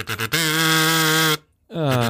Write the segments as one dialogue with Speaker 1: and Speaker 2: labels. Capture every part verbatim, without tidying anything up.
Speaker 1: Ah.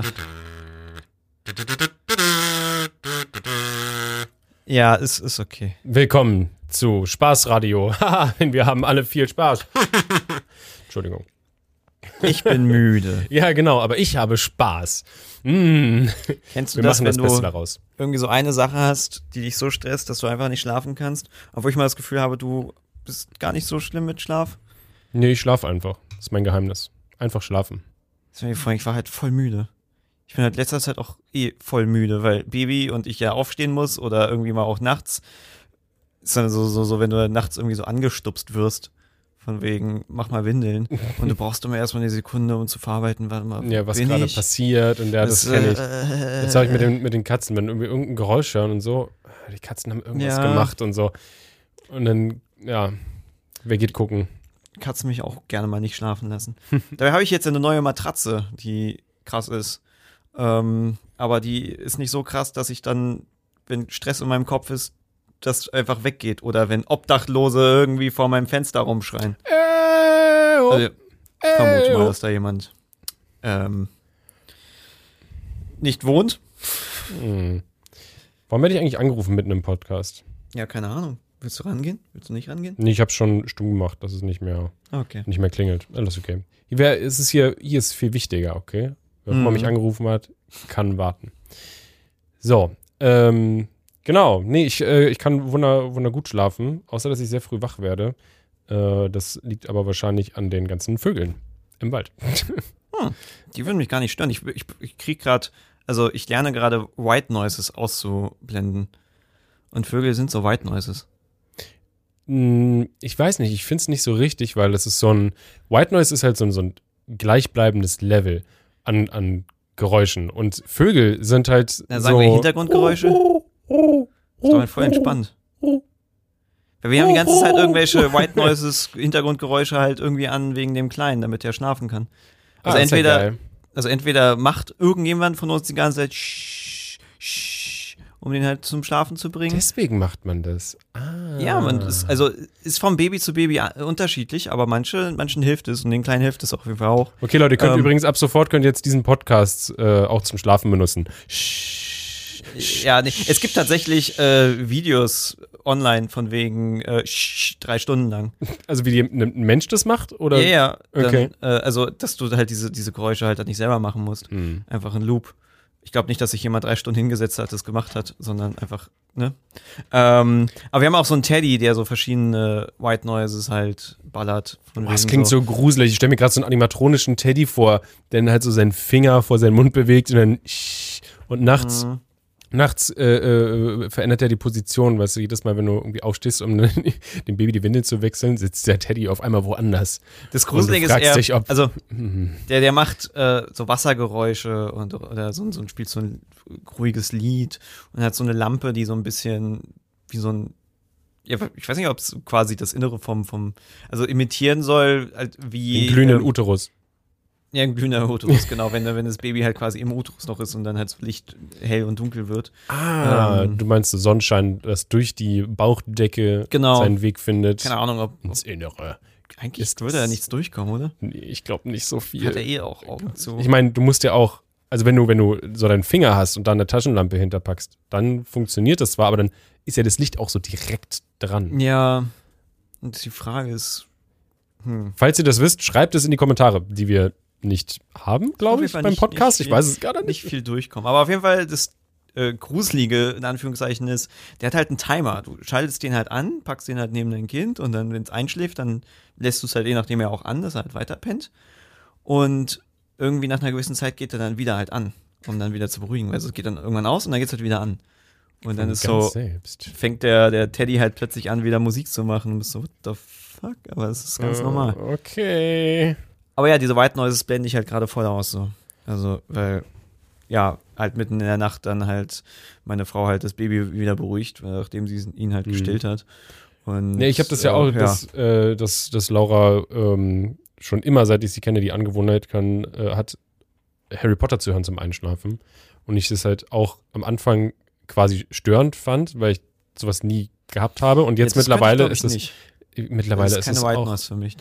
Speaker 1: Ja, es ist okay.
Speaker 2: Willkommen zu Spaßradio. Haha, wir haben alle viel Spaß. Entschuldigung.
Speaker 1: Ich bin müde.
Speaker 2: Ja, genau, aber ich habe Spaß. Mm.
Speaker 1: Kennst du
Speaker 2: Wir
Speaker 1: das,
Speaker 2: machen
Speaker 1: wenn
Speaker 2: das Beste
Speaker 1: du
Speaker 2: daraus.
Speaker 1: irgendwie so eine Sache hast, die dich so stresst, dass du einfach nicht schlafen kannst? Obwohl ich mal das Gefühl habe, du bist gar nicht so schlimm mit Schlaf.
Speaker 2: Nee, ich schlafe einfach. Das ist mein Geheimnis. Einfach schlafen.
Speaker 1: Ich war halt voll müde. Ich bin halt letzter Zeit auch eh voll müde, weil Baby und ich ja aufstehen muss oder irgendwie mal auch nachts. Ist dann so, so, so, wenn du nachts irgendwie so angestupst wirst. Von wegen, mach mal Windeln. Und du brauchst immer erstmal eine Sekunde, um zu verarbeiten, warte mal.
Speaker 2: Ja, was
Speaker 1: bin
Speaker 2: gerade
Speaker 1: ich?
Speaker 2: passiert und ja, das,
Speaker 1: Das,
Speaker 2: kenne ich.
Speaker 1: äh,
Speaker 2: Das sage ich mit den, mit den Katzen, wenn irgendwie irgendein Geräusch hören und so, die Katzen haben irgendwas
Speaker 1: Ja.
Speaker 2: gemacht und so. Und dann, ja, wer geht gucken?
Speaker 1: Katzen mich auch gerne mal nicht schlafen lassen. Dabei habe ich jetzt eine neue Matratze, die krass ist. Ähm, aber die ist nicht so krass, dass ich dann, wenn Stress in meinem Kopf ist, das einfach weggeht. Oder wenn Obdachlose irgendwie vor meinem Fenster rumschreien.
Speaker 2: Äh, oh,
Speaker 1: Also, ich vermute
Speaker 2: äh,
Speaker 1: mal,
Speaker 2: oh.
Speaker 1: dass da jemand ähm, nicht wohnt.
Speaker 2: Hm. Warum werde ich eigentlich angerufen mitten im Podcast?
Speaker 1: Ja, keine Ahnung. Willst du rangehen? Willst du nicht rangehen?
Speaker 2: Nee, ich habe schon stumm gemacht, dass es nicht mehr,
Speaker 1: Okay.
Speaker 2: nicht mehr klingelt. Alles okay. Hier, wär, es ist hier, hier ist viel wichtiger, okay? Wer auch immer
Speaker 1: Mhm.
Speaker 2: mich angerufen hat, kann warten. So, ähm, genau. Nee, ich, äh, ich kann wunder, wunder gut schlafen, außer dass ich sehr früh wach werde. Äh, das liegt aber wahrscheinlich an den ganzen Vögeln im Wald.
Speaker 1: Hm. Die würden mich gar nicht stören. Ich, ich, ich krieg gerade, also ich lerne gerade White Noises auszublenden. Und Vögel sind so White Noises.
Speaker 2: Hm, ich weiß nicht, ich finde es nicht so richtig, weil das ist so ein, White Noise ist halt so ein, so ein gleichbleibendes Level an, an Geräuschen. Und Vögel sind halt
Speaker 1: Na, sagen
Speaker 2: so...
Speaker 1: wir Hintergrundgeräusche? Ist doch halt voll entspannt. Weil wir haben die ganze Zeit irgendwelche White Noises, Hintergrundgeräusche halt irgendwie an wegen dem Kleinen, damit der schlafen kann. Also
Speaker 2: Ah, ist ja
Speaker 1: entweder,
Speaker 2: geil.
Speaker 1: also entweder macht irgendjemand von uns die ganze Zeit sch, sch, um den halt zum Schlafen zu bringen.
Speaker 2: Deswegen macht man das. Ah.
Speaker 1: Ja, man ist, also ist vom Baby zu Baby a- unterschiedlich, aber manche, manchen hilft es und den Kleinen hilft es auf jeden Fall auch.
Speaker 2: Okay, Leute, ihr könnt
Speaker 1: Ähm,
Speaker 2: übrigens ab sofort könnt ihr jetzt diesen Podcast äh, auch zum Schlafen benutzen.
Speaker 1: Ja, nee, es gibt tatsächlich äh, Videos online von wegen äh, sch, drei Stunden lang.
Speaker 2: Also wie die, ne, ein Mensch das macht? Oder?
Speaker 1: Ja, ja. Dann,
Speaker 2: Okay.
Speaker 1: äh, also, dass du halt diese, diese Geräusche halt dann nicht selber machen musst.
Speaker 2: Hm.
Speaker 1: Einfach ein Loop. Ich glaube nicht, dass sich jemand drei Stunden hingesetzt hat, das gemacht hat, sondern einfach, ne? Ähm, aber wir haben auch so einen Teddy, der so verschiedene White Noises halt ballert. Von
Speaker 2: Boah, das
Speaker 1: wegen
Speaker 2: klingt so gruselig. Ich stelle mir gerade so einen animatronischen Teddy vor, der dann halt so seinen Finger vor seinen Mund bewegt und dann und nachts
Speaker 1: Mhm.
Speaker 2: Nachts äh, äh, verändert er die Position, weißt du, jedes Mal, wenn du irgendwie aufstehst, um dem Baby die Windel zu wechseln, sitzt der Teddy auf einmal woanders.
Speaker 1: Das Gruselige
Speaker 2: Und
Speaker 1: ist
Speaker 2: du fragst
Speaker 1: eher,
Speaker 2: dich, ob-
Speaker 1: also
Speaker 2: Mhm.
Speaker 1: der, der macht äh, so Wassergeräusche und oder so, so ein spielt so ein ruhiges Lied und hat so eine Lampe, die so ein bisschen wie so ein, ja, ich weiß nicht, ob es quasi das Innere vom, vom, also imitieren soll, halt wie
Speaker 2: Den glühenden
Speaker 1: ähm,
Speaker 2: Uterus.
Speaker 1: ja, ein glühender Uterus, genau, wenn, wenn das Baby halt quasi im Uterus noch ist und dann halt so Licht hell und dunkel wird.
Speaker 2: Ah,
Speaker 1: ähm,
Speaker 2: du meinst so Sonnenschein, das durch die Bauchdecke
Speaker 1: Genau.
Speaker 2: seinen Weg findet
Speaker 1: Keine Ahnung, ob, ob
Speaker 2: ins Innere.
Speaker 1: eigentlich
Speaker 2: Ist
Speaker 1: würde da
Speaker 2: das-
Speaker 1: nichts durchkommen, oder?
Speaker 2: Nee, ich glaube nicht so viel.
Speaker 1: Hat er eh auch Augen zu.
Speaker 2: Ich meine, du musst ja auch, also wenn du, wenn du so deinen Finger hast und da eine Taschenlampe hinterpackst, dann funktioniert das zwar, aber dann ist ja das Licht auch so direkt dran.
Speaker 1: Ja, und die Frage ist, hm.
Speaker 2: Falls ihr das wisst, schreibt es in die Kommentare, die wir nicht haben,
Speaker 1: Auf
Speaker 2: glaube
Speaker 1: jeden
Speaker 2: ich,
Speaker 1: Fall
Speaker 2: beim
Speaker 1: nicht-
Speaker 2: Podcast.
Speaker 1: nicht
Speaker 2: ich weiß es gerade
Speaker 1: nicht
Speaker 2: nicht.
Speaker 1: viel durchkommen. Aber auf jeden Fall, das äh, Gruselige, in Anführungszeichen, ist, der hat halt einen Timer. Du schaltest den halt an, packst den halt neben dein Kind und dann, wenn es einschläft, dann lässt du es halt je nachdem ja auch an, dass er halt weiter pennt. Und irgendwie nach einer gewissen Zeit geht er dann wieder halt an, um dann wieder zu beruhigen. Also es geht dann irgendwann aus und dann geht es halt wieder an. Und dann ist
Speaker 2: Ganz
Speaker 1: so,
Speaker 2: selbst.
Speaker 1: fängt der, der Teddy halt plötzlich an, wieder Musik zu machen. Und bist so, what the fuck? Aber es ist ganz
Speaker 2: Äh,
Speaker 1: normal.
Speaker 2: Okay.
Speaker 1: Aber ja, diese White Noises blende ich halt gerade voll aus so. Also, weil, ja, halt mitten in der Nacht dann halt meine Frau halt das Baby wieder beruhigt, nachdem sie ihn halt
Speaker 2: Mhm.
Speaker 1: gestillt hat. Und,
Speaker 2: Nee, ich habe das ja
Speaker 1: äh,
Speaker 2: auch, dass, äh, dass, dass Laura ähm, schon immer, seit ich sie kenne, die Angewohnheit kann, äh, hat, Harry Potter zu hören zum Einschlafen. Und ich das halt auch am Anfang quasi störend fand, weil ich sowas nie gehabt habe. Und jetzt
Speaker 1: das könnte ich,
Speaker 2: mittlerweile
Speaker 1: glaub ich,
Speaker 2: ist es
Speaker 1: nicht.
Speaker 2: mittlerweile
Speaker 1: das
Speaker 2: ist
Speaker 1: ist keine
Speaker 2: es
Speaker 1: White
Speaker 2: auch
Speaker 1: Noise für mich dann.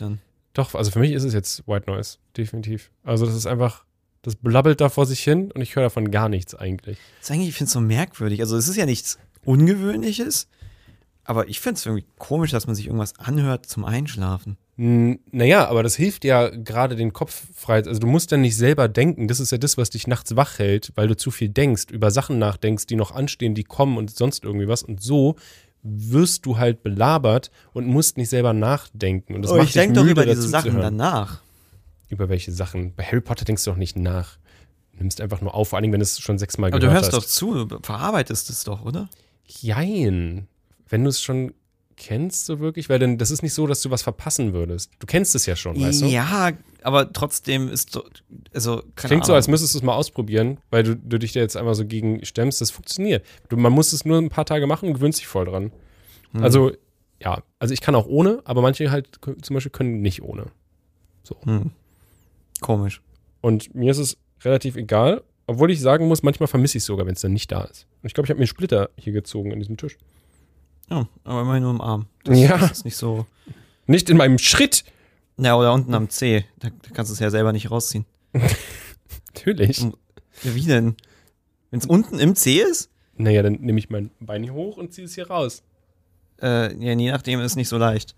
Speaker 2: Doch, also für mich ist es jetzt White Noise, definitiv. Also das ist einfach, das blabbelt da vor sich hin und ich höre davon gar nichts eigentlich.
Speaker 1: Das ist eigentlich, ich finde es so merkwürdig. Also es ist ja nichts Ungewöhnliches, aber ich finde es irgendwie komisch, dass man sich irgendwas anhört zum Einschlafen.
Speaker 2: N- Naja, aber das hilft ja gerade den Kopf frei. Also du musst dann nicht selber denken. Das ist ja das, was dich nachts wach hält, weil du zu viel denkst, über Sachen nachdenkst, die noch anstehen, die kommen und sonst irgendwie was. Und so wirst du halt belabert und musst nicht selber nachdenken. Und das
Speaker 1: Oh,
Speaker 2: macht
Speaker 1: ich
Speaker 2: dich
Speaker 1: denke doch
Speaker 2: müde,
Speaker 1: über diese
Speaker 2: dazu zu
Speaker 1: Sachen
Speaker 2: hören.
Speaker 1: danach.
Speaker 2: Über welche Sachen? Bei Harry Potter denkst du doch nicht nach. Du nimmst einfach nur auf, vor allem, wenn du es schon sechsmal
Speaker 1: Aber
Speaker 2: gehört
Speaker 1: du hörst
Speaker 2: hast.
Speaker 1: doch zu, du verarbeitest es doch, oder?
Speaker 2: Jein. Wenn du es schon kennst, so wirklich, weil dann, das ist nicht so, dass du was verpassen würdest. Du kennst es ja schon, weißt du?
Speaker 1: Ja, aber trotzdem ist doch, also, keine
Speaker 2: Klingt so,
Speaker 1: Ahnung.
Speaker 2: als müsstest du es mal ausprobieren, weil du, du dich da jetzt einfach so gegen stemmst. Das funktioniert. Du, man muss es nur ein paar Tage machen und gewöhnt sich voll dran.
Speaker 1: Hm.
Speaker 2: Also, ja, also ich kann auch ohne, aber manche halt k- zum Beispiel können nicht ohne. So.
Speaker 1: Hm. Komisch.
Speaker 2: Und mir ist es relativ egal, obwohl ich sagen muss, manchmal vermisse ich es sogar, wenn es dann nicht da ist. Und ich glaube, ich habe mir einen Splitter hier gezogen an diesem Tisch.
Speaker 1: Ja, aber immerhin nur im Arm. Das,
Speaker 2: Ja.
Speaker 1: das ist nicht so.
Speaker 2: Nicht in meinem Schritt.
Speaker 1: Ja, oder unten am Zeh. Da, da kannst du es ja selber nicht rausziehen.
Speaker 2: Natürlich.
Speaker 1: Ja, wie denn? Wenn es unten im Zeh ist?
Speaker 2: Naja, dann nehme ich mein Bein hier hoch und ziehe es hier raus.
Speaker 1: Äh, ja, je nachdem ist es nicht so leicht.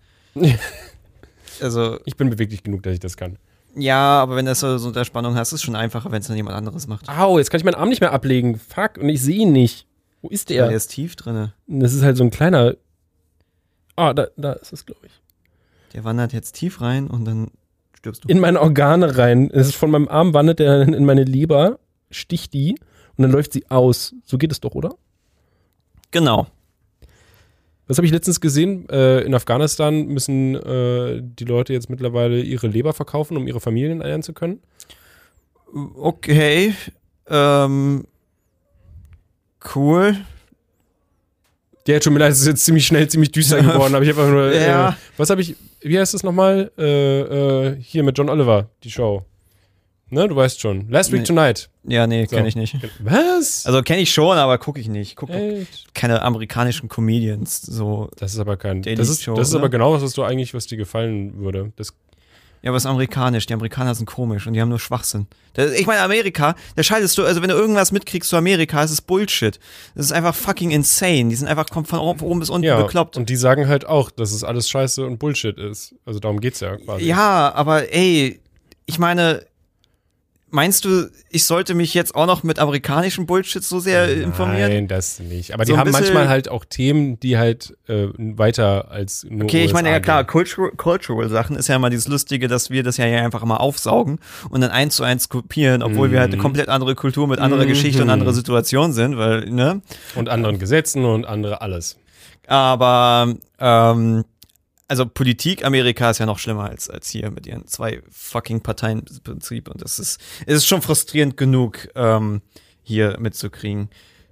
Speaker 1: Also,
Speaker 2: Ich bin beweglich genug, dass ich das kann.
Speaker 1: ja, aber wenn du so, so unter Spannung hast, ist es schon einfacher, wenn es dann jemand anderes macht.
Speaker 2: Au, jetzt kann ich meinen Arm nicht mehr ablegen. Fuck, und ich sehe ihn nicht. Wo ist
Speaker 1: Ja,
Speaker 2: der?
Speaker 1: der ist tief drinne.
Speaker 2: Das ist halt so ein kleiner. Ah, da, da ist es, glaube ich.
Speaker 1: Der wandert jetzt tief rein und dann stirbst du.
Speaker 2: In meine Organe rein. Es ist von meinem Arm wandert der in meine Leber, sticht die und dann läuft sie aus. So geht es doch, oder?
Speaker 1: Genau.
Speaker 2: Was habe ich letztens gesehen? Äh, in Afghanistan müssen äh, die Leute jetzt mittlerweile ihre Leber verkaufen, um ihre Familien ernähren zu können.
Speaker 1: Okay. Ähm. Cool.
Speaker 2: Ja, tut mir leid, es ist jetzt ziemlich schnell, ziemlich düster geworden, aber ich habe einfach nur.
Speaker 1: Ja.
Speaker 2: Äh, was habe ich. Wie heißt das nochmal? Äh, äh, hier mit John Oliver, die Show. Ne, du weißt schon. Last Week
Speaker 1: Nee.
Speaker 2: Tonight.
Speaker 1: Ja, nee,
Speaker 2: So.
Speaker 1: kenne ich nicht.
Speaker 2: Was?
Speaker 1: Also kenne ich schon, aber gucke ich nicht. Guck
Speaker 2: Echt?
Speaker 1: keine amerikanischen Comedians. So.
Speaker 2: Das ist aber kein.
Speaker 1: Daily
Speaker 2: Das ist,
Speaker 1: Show,
Speaker 2: das ist
Speaker 1: oder?
Speaker 2: aber genau was, was du eigentlich, was dir gefallen würde. Das,
Speaker 1: Ja, aber es ist amerikanisch. Die Amerikaner sind komisch und die haben nur Schwachsinn. Das, ich meine, Amerika, da schaltest du, also wenn du irgendwas mitkriegst zu Amerika, ist es Bullshit. Das ist einfach fucking insane. Die sind einfach kommt von oben, von oben bis unten
Speaker 2: ja,
Speaker 1: bekloppt.
Speaker 2: und die sagen halt auch, dass es alles scheiße und Bullshit ist. Also darum geht's ja quasi.
Speaker 1: Ja, aber ey, ich meine, meinst du, ich sollte mich jetzt auch noch mit amerikanischem Bullshit so sehr äh, informieren?
Speaker 2: Nein, das nicht. Aber
Speaker 1: So
Speaker 2: die
Speaker 1: ein
Speaker 2: haben
Speaker 1: bisschen-
Speaker 2: manchmal halt auch Themen, die halt äh, weiter als nur
Speaker 1: Okay, ich meine, ja
Speaker 2: U S A
Speaker 1: klar,
Speaker 2: gehen.
Speaker 1: Cultural, Cultural Sachen ist ja immer dieses Lustige, dass wir das ja hier einfach immer aufsaugen und dann eins zu eins kopieren, obwohl wir halt eine
Speaker 2: Mhm.
Speaker 1: komplett andere Kultur mit anderer
Speaker 2: Mhm.
Speaker 1: Geschichte und anderer Situation sind, weil, ne?
Speaker 2: Und anderen Gesetzen und andere alles.
Speaker 1: Aber, ähm, also Politik Amerika ist ja noch schlimmer als, als hier mit ihren zwei fucking Parteien im Prinzip und das ist, es ist schon frustrierend genug, ähm, hier mitzukriegen.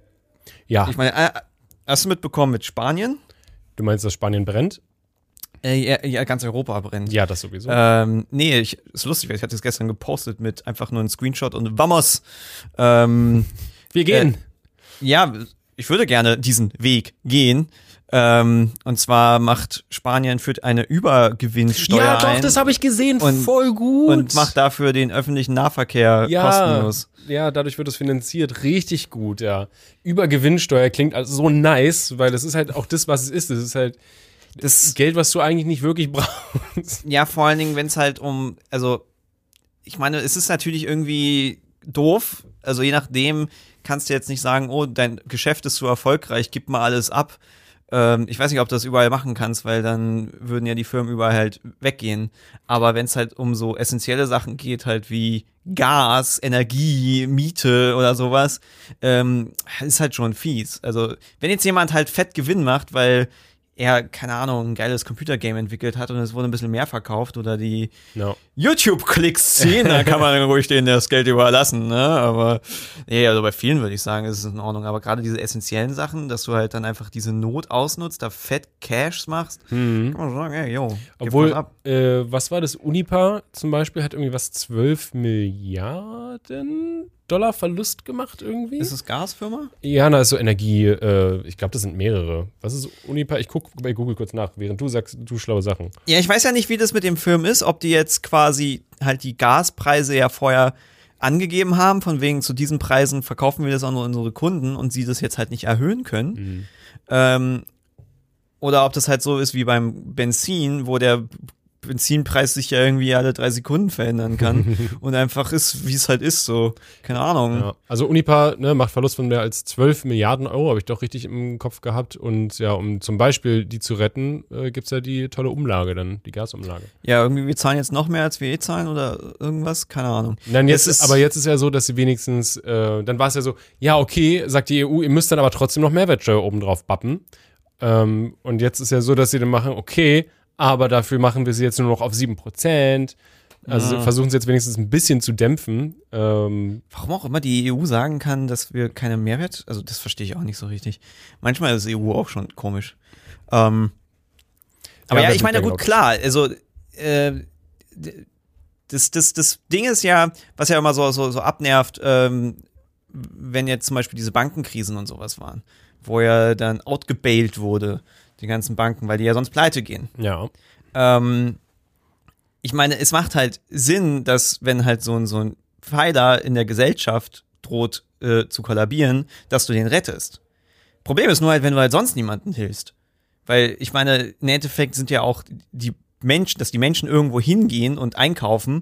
Speaker 2: Ja,
Speaker 1: Ich meine, äh, hast du mitbekommen mit Spanien?
Speaker 2: du meinst, dass Spanien brennt?
Speaker 1: Äh, ja, ja, ganz Europa brennt.
Speaker 2: Ja, das sowieso.
Speaker 1: Ähm, nee, ich, ist lustig, weil ich hatte es gestern gepostet mit einfach nur einem Screenshot und vamos. Ähm,
Speaker 2: Wir gehen.
Speaker 1: ja, ich würde gerne diesen Weg gehen. Ähm, und zwar macht Spanien führt eine Übergewinnsteuer
Speaker 2: ja, doch,
Speaker 1: ein
Speaker 2: das habe ich gesehen.
Speaker 1: Und-
Speaker 2: Voll gut.
Speaker 1: und macht dafür den öffentlichen Nahverkehr
Speaker 2: ja,
Speaker 1: kostenlos.
Speaker 2: ja, dadurch wird es finanziert. Richtig gut, ja. Übergewinnsteuer klingt also so nice, weil das ist halt auch das, was es ist. Das ist halt
Speaker 1: Das,
Speaker 2: Geld, was du eigentlich nicht wirklich brauchst.
Speaker 1: ja, vor allen Dingen, wenn es halt um, also, ich meine, es ist natürlich irgendwie doof. Also je nachdem kannst du jetzt nicht sagen, oh, dein Geschäft ist so erfolgreich, gib mal alles ab. Ähm, ich weiß nicht, ob du das überall machen kannst, weil dann würden ja die Firmen überall halt weggehen. Aber wenn es halt um so essentielle Sachen geht, halt wie Gas, Energie, Miete oder sowas, ähm, ist halt schon fies. Also wenn jetzt jemand halt fett Gewinn macht, weil er, keine Ahnung, ein geiles Computergame entwickelt hat und es wurde ein bisschen mehr verkauft oder die
Speaker 2: No.
Speaker 1: YouTube-Klicks ziehen, da kann man ruhig denen das Geld überlassen, ne? Aber nee, also bei vielen würde ich sagen, ist es in Ordnung. Aber gerade diese essentiellen Sachen, dass du halt dann einfach diese Not ausnutzt, da fett Cash machst,
Speaker 2: Mhm.
Speaker 1: kann man schon sagen, ey, yo, gib
Speaker 2: Obwohl,
Speaker 1: was ab.
Speaker 2: äh, was war das? Unipa zum Beispiel hat irgendwie was zwölf Milliarden Dollar Verlust gemacht irgendwie.
Speaker 1: Ist es Gasfirma?
Speaker 2: Ja, na, ist so Energie, äh, ich glaube, das sind mehrere. Was ist Unipa? Ich guck guck bei Google kurz nach, während du sagst, du schlaue Sachen.
Speaker 1: Ja, ich weiß ja nicht, wie das mit dem Firmen ist, ob die jetzt quasi halt die Gaspreise ja vorher angegeben haben, von wegen zu diesen Preisen verkaufen wir das an unsere Kunden und sie das jetzt halt nicht erhöhen können.
Speaker 2: Mhm.
Speaker 1: Ähm, oder ob das halt so ist wie beim Benzin, wo der Benzinpreis sich ja irgendwie alle drei Sekunden verändern kann und einfach ist, wie es halt ist, so, keine Ahnung.
Speaker 2: Ja, also Unipa ne, macht Verlust von mehr als zwölf Milliarden Euro, habe ich doch richtig im Kopf gehabt. Und ja, um zum Beispiel die zu retten, äh, gibt es ja die tolle Umlage dann, die Gasumlage.
Speaker 1: Ja, irgendwie, wir zahlen jetzt noch mehr, als wir eh zahlen oder irgendwas, keine Ahnung.
Speaker 2: Nein, jetzt
Speaker 1: Das ist-
Speaker 2: aber jetzt ist ja so, dass sie wenigstens, äh, dann war es ja so, ja okay, sagt die E U, ihr müsst dann aber trotzdem noch Mehrwertsteuer oben drauf bappen. Ähm, und jetzt ist ja so, dass sie dann machen, okay, aber dafür machen wir sie jetzt nur noch auf sieben Prozent. Also
Speaker 1: Ja.
Speaker 2: versuchen sie jetzt wenigstens ein bisschen zu dämpfen. Ähm,
Speaker 1: Warum auch immer die E U sagen kann, dass wir keine Mehrwert, also das verstehe ich auch nicht so richtig. Manchmal ist E U auch schon komisch. Ähm, aber
Speaker 2: Ja,
Speaker 1: ja,
Speaker 2: wer
Speaker 1: ich meine,
Speaker 2: tut der,
Speaker 1: gut,
Speaker 2: glaub ich.
Speaker 1: klar, also äh, d- das, das, das Ding ist ja, was ja immer so, so, so abnervt, ähm, wenn jetzt zum Beispiel diese Bankenkrisen und sowas waren, wo ja dann outgebailt wurde, die ganzen Banken, weil die ja sonst pleite gehen.
Speaker 2: ja.
Speaker 1: Ähm, ich meine, es macht halt Sinn, dass wenn halt so ein, so ein Pfeiler in der Gesellschaft droht äh, zu kollabieren, dass du den rettest. Problem ist nur halt, wenn du halt sonst niemanden hilfst. Weil ich meine, im Endeffekt sind ja auch die Menschen, dass die Menschen irgendwo hingehen und einkaufen,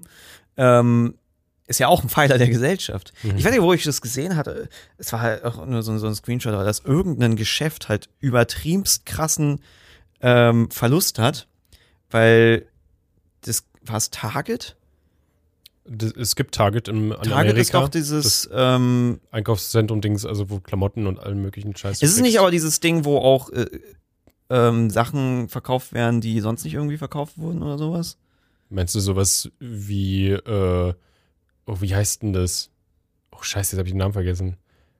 Speaker 1: ähm, ist ja auch ein Pfeiler der Gesellschaft.
Speaker 2: Mhm.
Speaker 1: Ich weiß nicht, wo ich das gesehen hatte. Es war halt auch nur so, so ein Screenshot, aber dass irgendein Geschäft halt übertriebenst krassen ähm, Verlust hat, weil das war es Target?
Speaker 2: Das, es gibt Target im, an
Speaker 1: Target ist
Speaker 2: Amerika.
Speaker 1: doch dieses, ähm,
Speaker 2: Einkaufszentrum-Dings, also wo Klamotten und allen möglichen Scheiß.
Speaker 1: ist es nicht aber dieses Ding, wo auch äh, ähm, Sachen verkauft werden, die sonst nicht irgendwie verkauft wurden oder sowas?
Speaker 2: Meinst du sowas wie, äh, oh, wie heißt denn das? Oh, scheiße, jetzt habe ich den Namen vergessen.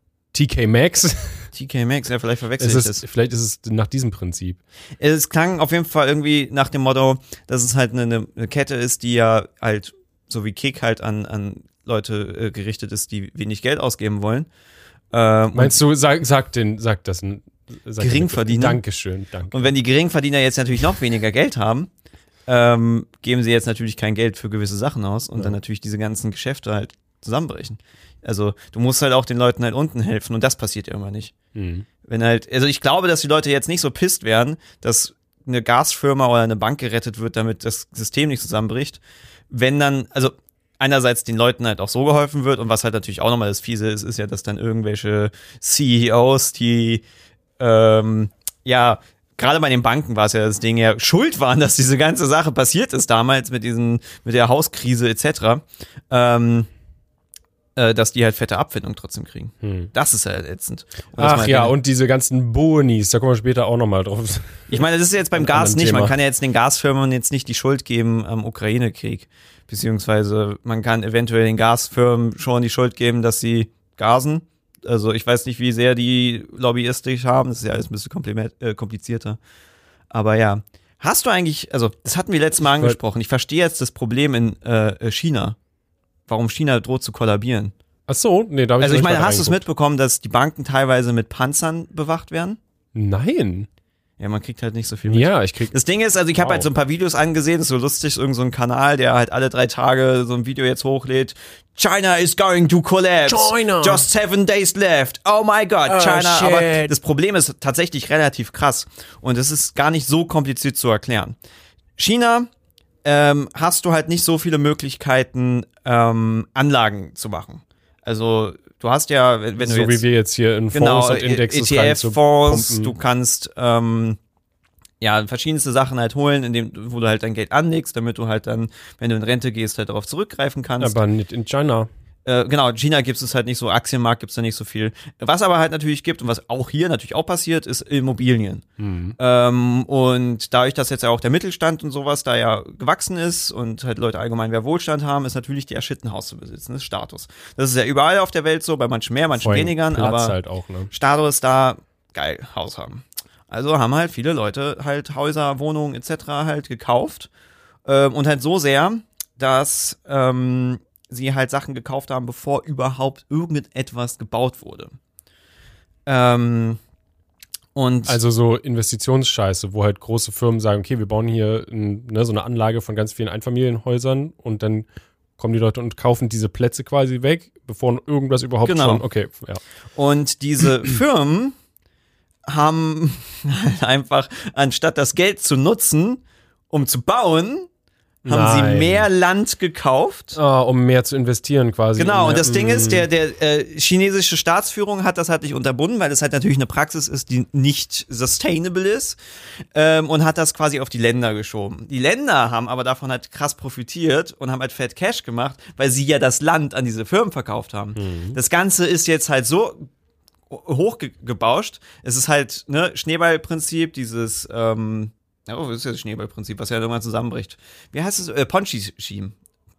Speaker 2: T K Maxx?
Speaker 1: T K Maxx, ja, vielleicht verwechsel
Speaker 2: Es
Speaker 1: ich
Speaker 2: ist,
Speaker 1: das.
Speaker 2: vielleicht ist es nach diesem Prinzip.
Speaker 1: Es klang auf jeden Fall irgendwie nach dem Motto, dass es halt eine, eine Kette ist, die ja halt, so wie Kick halt an, an Leute äh, gerichtet ist, die wenig Geld ausgeben wollen. Ähm,
Speaker 2: Meinst du, sag, sag, den, sag das ein sag
Speaker 1: Geringverdiener?
Speaker 2: Dankeschön, danke.
Speaker 1: Und wenn die Geringverdiener jetzt natürlich noch weniger Geld haben, ähm, geben sie jetzt natürlich kein Geld für gewisse Sachen aus und
Speaker 2: Ja.
Speaker 1: dann natürlich diese ganzen Geschäfte halt zusammenbrechen. Also du musst halt auch den Leuten halt unten helfen und das passiert ja immer nicht.
Speaker 2: Hm.
Speaker 1: Wenn halt, also ich glaube, dass die Leute jetzt nicht so pisst werden, dass eine Gasfirma oder eine Bank gerettet wird, damit das System nicht zusammenbricht. Wenn dann, also einerseits den Leuten halt auch so geholfen wird und was halt natürlich auch nochmal das Fiese ist, ist ja, dass dann irgendwelche C E Os, die ähm, ja, gerade bei den Banken war es ja das Ding, ja schuld waren, dass diese ganze Sache passiert ist damals mit diesen, mit der Hauskrise et cetera, ähm, äh, dass die halt fette Abfindung trotzdem kriegen.
Speaker 2: Hm.
Speaker 1: Das ist halt ätzend. Und dass
Speaker 2: Ach
Speaker 1: man-
Speaker 2: ja, und diese ganzen Bonis, da kommen wir später auch nochmal drauf.
Speaker 1: Ich meine, das ist jetzt beim
Speaker 2: Ein
Speaker 1: Gas
Speaker 2: anderes
Speaker 1: nicht. Man
Speaker 2: Thema.
Speaker 1: kann ja jetzt den Gasfirmen jetzt nicht die Schuld geben am Ukraine-Krieg. Beziehungsweise man kann eventuell den Gasfirmen schon die Schuld geben, dass sie gasen. Also ich weiß nicht, wie sehr die lobbyistisch haben. Das ist ja alles ein bisschen kompliment- äh, komplizierter. Aber ja. Hast du eigentlich, also das hatten wir letztes Mal
Speaker 2: Ich
Speaker 1: angesprochen. Ich verstehe jetzt das Problem in äh, China. Warum China droht zu kollabieren.
Speaker 2: Ach so, nee, da habe ich
Speaker 1: Also ich
Speaker 2: noch nicht
Speaker 1: meine,
Speaker 2: weiter
Speaker 1: hast du es
Speaker 2: reingeguckt.
Speaker 1: mitbekommen, dass die Banken teilweise mit Panzern bewacht werden?
Speaker 2: Nein.
Speaker 1: Ja, man kriegt halt nicht so viel mit.
Speaker 2: Ja, ich krieg.
Speaker 1: Das Ding ist, also ich habe
Speaker 2: Wow.
Speaker 1: halt so ein paar Videos angesehen, das ist so lustig, irgend so ein Kanal, der halt alle drei Tage so ein Video jetzt hochlädt. China is going to collapse.
Speaker 2: China.
Speaker 1: Just seven days left. Oh my God,
Speaker 2: Oh,
Speaker 1: China.
Speaker 2: shit.
Speaker 1: Aber das Problem ist tatsächlich relativ krass und es ist gar nicht so kompliziert zu erklären. China ähm, hast du halt nicht so viele Möglichkeiten, ähm, Anlagen zu machen. Also du hast ja, wenn, wenn
Speaker 2: so
Speaker 1: du jetzt
Speaker 2: wie wir jetzt hier in Fonds
Speaker 1: genau,
Speaker 2: und Indexes
Speaker 1: E T F-Fonds,
Speaker 2: reinzupumpen.
Speaker 1: du kannst ähm, ja verschiedenste Sachen halt holen, indem wo du halt dein Geld anlegst, damit du halt dann, wenn du in Rente gehst, halt darauf zurückgreifen kannst.
Speaker 2: Aber nicht in China.
Speaker 1: Äh, genau, in China gibt es halt nicht so, Aktienmarkt gibt es da nicht so viel. Was aber halt natürlich gibt und was auch hier natürlich auch passiert, ist Immobilien.
Speaker 2: Hm.
Speaker 1: Ähm, und dadurch, dass jetzt ja auch der Mittelstand und sowas da ja gewachsen ist und halt Leute allgemein mehr Wohlstand haben, ist natürlich der Shit ein Haus zu besitzen, das ist Status. Das ist ja überall auf der Welt so, bei manchen mehr, manchen
Speaker 2: Vor allem
Speaker 1: weniger,
Speaker 2: Platz
Speaker 1: aber
Speaker 2: halt auch, ne?
Speaker 1: Status da, geil, Haus haben. Also haben halt viele Leute halt Häuser, Wohnungen et cetera halt gekauft ähm, und halt so sehr, dass ähm, sie halt Sachen gekauft haben, bevor überhaupt irgendetwas gebaut wurde. Ähm, Und
Speaker 2: Also so Investitionsscheiße, wo halt große Firmen sagen, okay, wir bauen hier ein, ne, so eine Anlage von ganz vielen Einfamilienhäusern und dann kommen die Leute und kaufen diese Plätze quasi weg, bevor irgendwas überhaupt
Speaker 1: Genau.
Speaker 2: schon, okay, ja.
Speaker 1: Und diese Firmen haben halt einfach, anstatt das Geld zu nutzen, um zu bauen, haben
Speaker 2: Nein.
Speaker 1: sie mehr Land gekauft.
Speaker 2: Ah, um mehr zu investieren quasi.
Speaker 1: Genau,
Speaker 2: um
Speaker 1: und
Speaker 2: mehr,
Speaker 1: das Ding ist,
Speaker 2: mm.
Speaker 1: der, der äh, chinesische Staatsführung hat das halt nicht unterbunden, weil das halt natürlich eine Praxis ist, die nicht sustainable ist, ähm, und hat das quasi auf die Länder geschoben. Die Länder haben aber davon halt krass profitiert und haben halt Fat Cash gemacht, weil sie ja das Land an diese Firmen verkauft haben.
Speaker 2: Mhm.
Speaker 1: Das Ganze ist jetzt halt so hochgebauscht. Es ist halt, ne, Schneeballprinzip, dieses, ähm, oh, das ist ja das Schneeballprinzip, was ja irgendwann zusammenbricht. Wie heißt es? Äh, Ponzi-Scheme.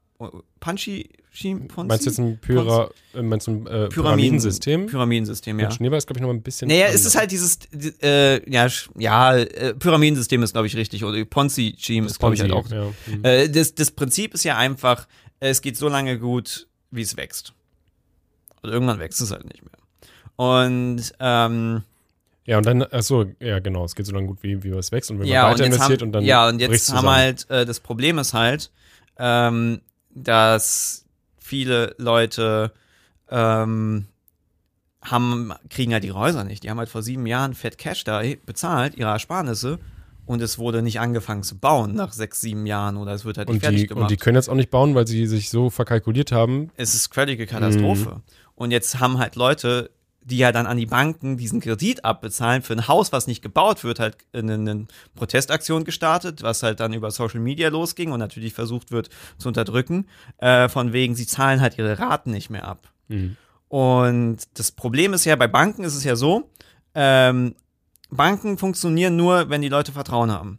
Speaker 1: Ponzi-Scheme?
Speaker 2: Meinst du jetzt ein, Pyra, äh, meinst du ein äh,
Speaker 1: Pyramiden-
Speaker 2: Pyramidensystem?
Speaker 1: Pyramidensystem, ja.
Speaker 2: Und Schneeball ist, glaube ich, noch mal ein bisschen
Speaker 1: Naja,
Speaker 2: anders.
Speaker 1: es ist halt dieses, äh, ja, sch- ja, äh, Pyramidensystem ist, glaube ich, richtig. Oder Ponzi-Scheme ist, glaube ich, halt auch.
Speaker 2: Ja. Mhm.
Speaker 1: Äh, das, das Prinzip ist ja einfach, äh, es geht so lange gut, wie es wächst. Und irgendwann wächst es halt nicht mehr. Und, ähm,
Speaker 2: Ja, und dann, achso, ja, genau, es geht so lange gut, wie, wie es wächst und wenn
Speaker 1: ja,
Speaker 2: man
Speaker 1: und
Speaker 2: weiter
Speaker 1: jetzt
Speaker 2: investiert
Speaker 1: haben,
Speaker 2: und dann
Speaker 1: ja, und
Speaker 2: bricht's
Speaker 1: jetzt haben
Speaker 2: zusammen.
Speaker 1: halt, äh, das Problem ist halt, ähm, dass viele Leute ähm, haben, kriegen halt ihre Häuser nicht. Die haben halt vor sieben Jahren Fat Cash da bezahlt, ihre Ersparnisse, und es wurde nicht angefangen zu bauen nach sechs, sieben Jahren oder es wird halt nicht
Speaker 2: Und
Speaker 1: fertig
Speaker 2: die,
Speaker 1: gemacht.
Speaker 2: und die können jetzt auch nicht bauen, weil sie sich so verkalkuliert haben.
Speaker 1: Es ist völlige Katastrophe.
Speaker 2: Mhm.
Speaker 1: Und jetzt haben halt Leute, die ja dann an die Banken diesen Kredit abbezahlen für ein Haus, was nicht gebaut wird, halt eine, eine Protestaktion gestartet, was halt dann über Social Media losging und natürlich versucht wird zu unterdrücken, äh, von wegen, sie zahlen halt ihre Raten nicht mehr ab.
Speaker 2: Mhm.
Speaker 1: Und das Problem ist ja, bei Banken ist es ja so, ähm, Banken funktionieren nur, wenn die Leute Vertrauen haben.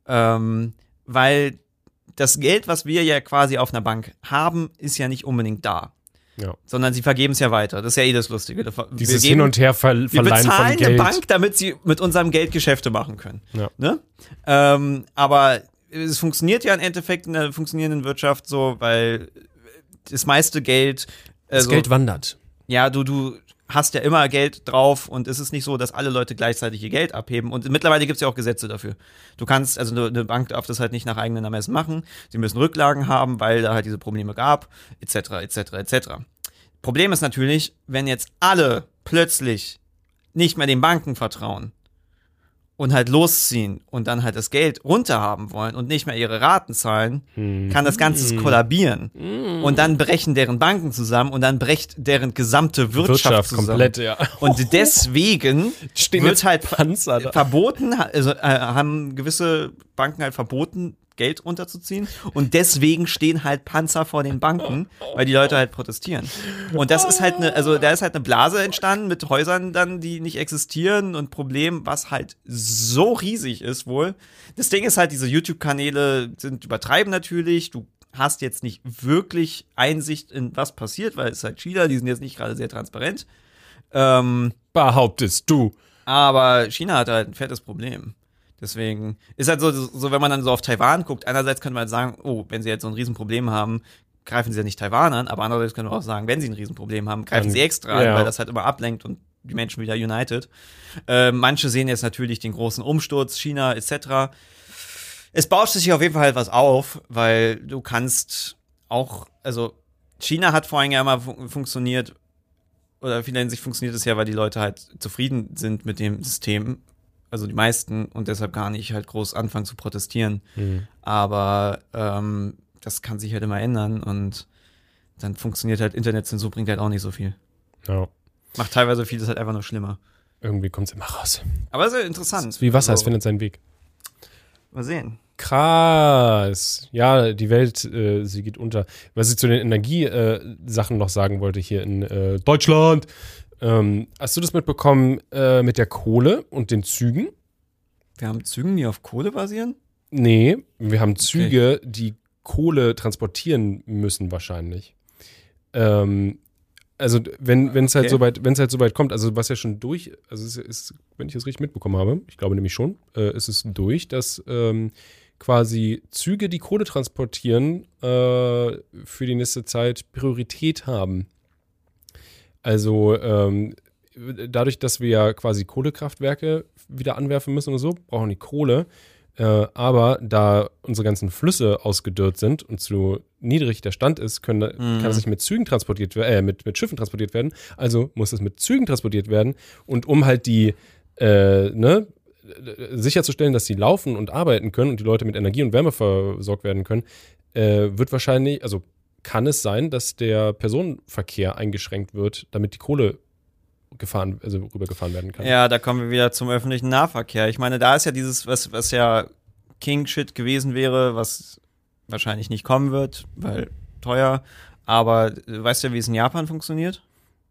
Speaker 1: Ähm, weil das Geld, was wir ja quasi auf einer Bank haben, ist ja nicht unbedingt da.
Speaker 2: Ja.
Speaker 1: Sondern sie vergeben es ja weiter. Das ist ja eh das Lustige. Wir
Speaker 2: Dieses
Speaker 1: geben-
Speaker 2: Hin und Her ver
Speaker 1: wir
Speaker 2: verleihen
Speaker 1: bezahlen
Speaker 2: von Geld.
Speaker 1: eine Bank, damit sie mit unserem Geld Geschäfte machen können.
Speaker 2: Ja.
Speaker 1: Ne? Ähm, aber es funktioniert ja im Endeffekt in der funktionierenden Wirtschaft so, weil das meiste Geld,
Speaker 2: Das
Speaker 1: also,
Speaker 2: Geld wandert.
Speaker 1: ja, du, du hast ja immer Geld drauf und es ist nicht so, dass alle Leute gleichzeitig ihr Geld abheben. Und mittlerweile gibt es ja auch Gesetze dafür. Du kannst, also eine Bank darf das halt nicht nach eigenen Ermessen machen. Sie müssen Rücklagen haben, weil da halt diese Probleme gab, et cetera, et cetera, et cetera. Problem ist natürlich, wenn jetzt alle plötzlich nicht mehr den Banken vertrauen und halt losziehen und dann halt das Geld runterhaben wollen und nicht mehr ihre Raten zahlen,
Speaker 2: Hm.
Speaker 1: kann das Ganze kollabieren. Und dann brechen deren Banken zusammen und dann bricht deren gesamte Wirtschaft,
Speaker 2: Wirtschaft
Speaker 1: zusammen.
Speaker 2: komplett, ja.
Speaker 1: Und deswegen
Speaker 2: Stehen
Speaker 1: wird
Speaker 2: jetzt
Speaker 1: halt
Speaker 2: Panzer da.
Speaker 1: verboten, also äh, haben gewisse Banken halt verboten, Geld runterzuziehen. Und deswegen stehen halt Panzer vor den Banken, weil die Leute halt protestieren. Und das ist halt eine, also da ist halt eine Blase entstanden mit Häusern dann, die nicht existieren und Problem, was halt so riesig ist wohl. Das Ding ist halt, diese YouTube-Kanäle sind übertreiben natürlich. Du hast jetzt nicht wirklich Einsicht in was passiert, weil es ist halt China, die sind jetzt nicht gerade sehr transparent. Ähm,
Speaker 2: Behauptest du.
Speaker 1: aber China hat halt ein fettes Problem. Deswegen ist halt so, so, wenn man dann so auf Taiwan guckt, einerseits könnte man halt sagen, oh, wenn sie jetzt so ein Riesenproblem haben, greifen sie ja nicht Taiwan an, aber andererseits können wir auch sagen, wenn sie ein Riesenproblem haben, greifen
Speaker 2: Dann-
Speaker 1: sie extra an,
Speaker 2: ja.
Speaker 1: weil das halt immer ablenkt und die Menschen wieder united. Äh, manche sehen jetzt natürlich den großen Umsturz, China et cetera. Es bauscht sich auf jeden Fall halt was auf, weil du kannst auch, also China hat vorhin ja immer fun- funktioniert, oder in vieler Hinsicht funktioniert es ja, weil die Leute halt zufrieden sind mit dem System, also die meisten, und deshalb gar nicht halt groß anfangen zu protestieren.
Speaker 2: Hm.
Speaker 1: Aber ähm, das kann sich halt immer ändern und dann funktioniert halt Internetzensur, bringt halt auch nicht so viel.
Speaker 2: Ja.
Speaker 1: Macht teilweise vieles halt einfach nur schlimmer.
Speaker 2: Irgendwie kommt es immer raus.
Speaker 1: Aber es ist ja interessant.
Speaker 2: Es ist wie Wasser, es
Speaker 1: Also,
Speaker 2: findet seinen Weg.
Speaker 1: mal sehen.
Speaker 2: Krass. Ja, die Welt, äh, sie geht unter. Was ich zu den Energiesachen noch sagen wollte hier in äh, Deutschland. Ähm, hast du das mitbekommen äh, mit der Kohle und den Zügen?
Speaker 1: Wir haben Zügen, die auf Kohle basieren?
Speaker 2: Nee, wir haben Züge, die Kohle transportieren müssen wahrscheinlich. Ähm, also wenn wenn es halt
Speaker 1: Okay.
Speaker 2: so weit, wenn es halt so weit kommt, also was ja schon durch, also es ist, wenn ich das richtig mitbekommen habe, ich glaube nämlich schon, äh, ist es durch, dass ähm, quasi Züge, die Kohle transportieren, äh, für die nächste Zeit Priorität haben. Also ähm, dadurch, dass wir ja quasi Kohlekraftwerke wieder anwerfen müssen und so, brauchen die Kohle. Äh, aber da unsere ganzen Flüsse ausgedörrt sind und zu niedrig der Stand ist, können, mhm. kann es nicht mit Zügen transportiert werden, äh, mit, mit Schiffen transportiert werden. Also muss es mit Zügen transportiert werden. Und um halt die, äh, ne, sicherzustellen, dass sie laufen und arbeiten können und die Leute mit Energie und Wärme versorgt werden können, äh, wird wahrscheinlich, also kann es sein, dass der Personenverkehr eingeschränkt wird, damit die Kohle gefahren, also rübergefahren werden kann.
Speaker 1: Ja, da kommen wir wieder zum öffentlichen Nahverkehr. Ich meine, da ist ja dieses, was, was ja King-Shit gewesen wäre, was wahrscheinlich nicht kommen wird, weil teuer. Aber weißt du ja, wie es in Japan funktioniert?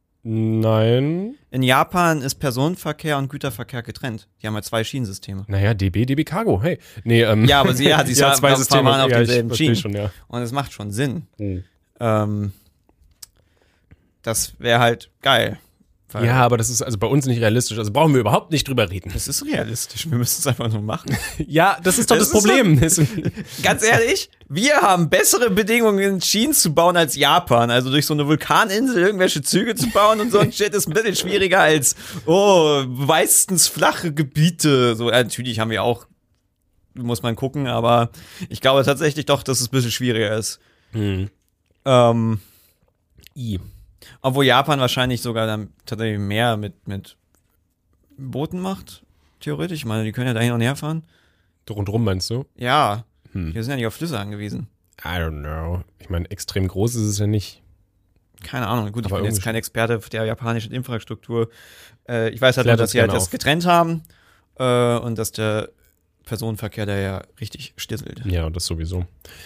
Speaker 2: Nein.
Speaker 1: In Japan ist Personenverkehr und Güterverkehr getrennt. Die haben ja zwei Schienensysteme.
Speaker 2: Naja, D B, D B Cargo, hey. Nee, ähm,
Speaker 1: ja, aber sie, ja, sie
Speaker 2: ja, zwei Systeme
Speaker 1: waren auf
Speaker 2: ja,
Speaker 1: denselben Schienen.
Speaker 2: Schon, ja.
Speaker 1: Und es macht schon Sinn.
Speaker 2: Mhm.
Speaker 1: Ähm, das wäre halt geil.
Speaker 2: Ja, aber das ist also bei uns nicht realistisch. Also brauchen wir überhaupt nicht drüber reden.
Speaker 1: Das ist realistisch. Wir müssen es einfach nur machen.
Speaker 2: Ja, das ist doch das, das
Speaker 1: Problem. So, ganz ehrlich, wir haben bessere Bedingungen, Schienen zu bauen als Japan. Also durch so eine Vulkaninsel irgendwelche Züge zu bauen und so ein Shit ist ein bisschen schwieriger als, oh, meistens flache Gebiete. So, ja, natürlich haben wir auch, muss man gucken, aber ich glaube tatsächlich doch, dass es ein bisschen schwieriger ist.
Speaker 2: Hm.
Speaker 1: Ähm,
Speaker 2: I.
Speaker 1: Obwohl Japan wahrscheinlich sogar dann tatsächlich mehr mit, mit Booten macht, theoretisch. Ich meine, die können ja da hin und her fahren.
Speaker 2: Rundrum meinst du?
Speaker 1: Ja,
Speaker 2: hm.
Speaker 1: wir sind ja nicht auf Flüsse angewiesen.
Speaker 2: I don't know. Ich meine, extrem groß ist es ja nicht.
Speaker 1: Keine Ahnung. Gut,
Speaker 2: aber
Speaker 1: ich bin jetzt kein Experte der japanischen Infrastruktur. Äh, ich weiß halt nur, dass sie halt das
Speaker 2: auf.
Speaker 1: getrennt haben äh, und dass der Personenverkehr da ja richtig stisselt.
Speaker 2: Ja, das sowieso.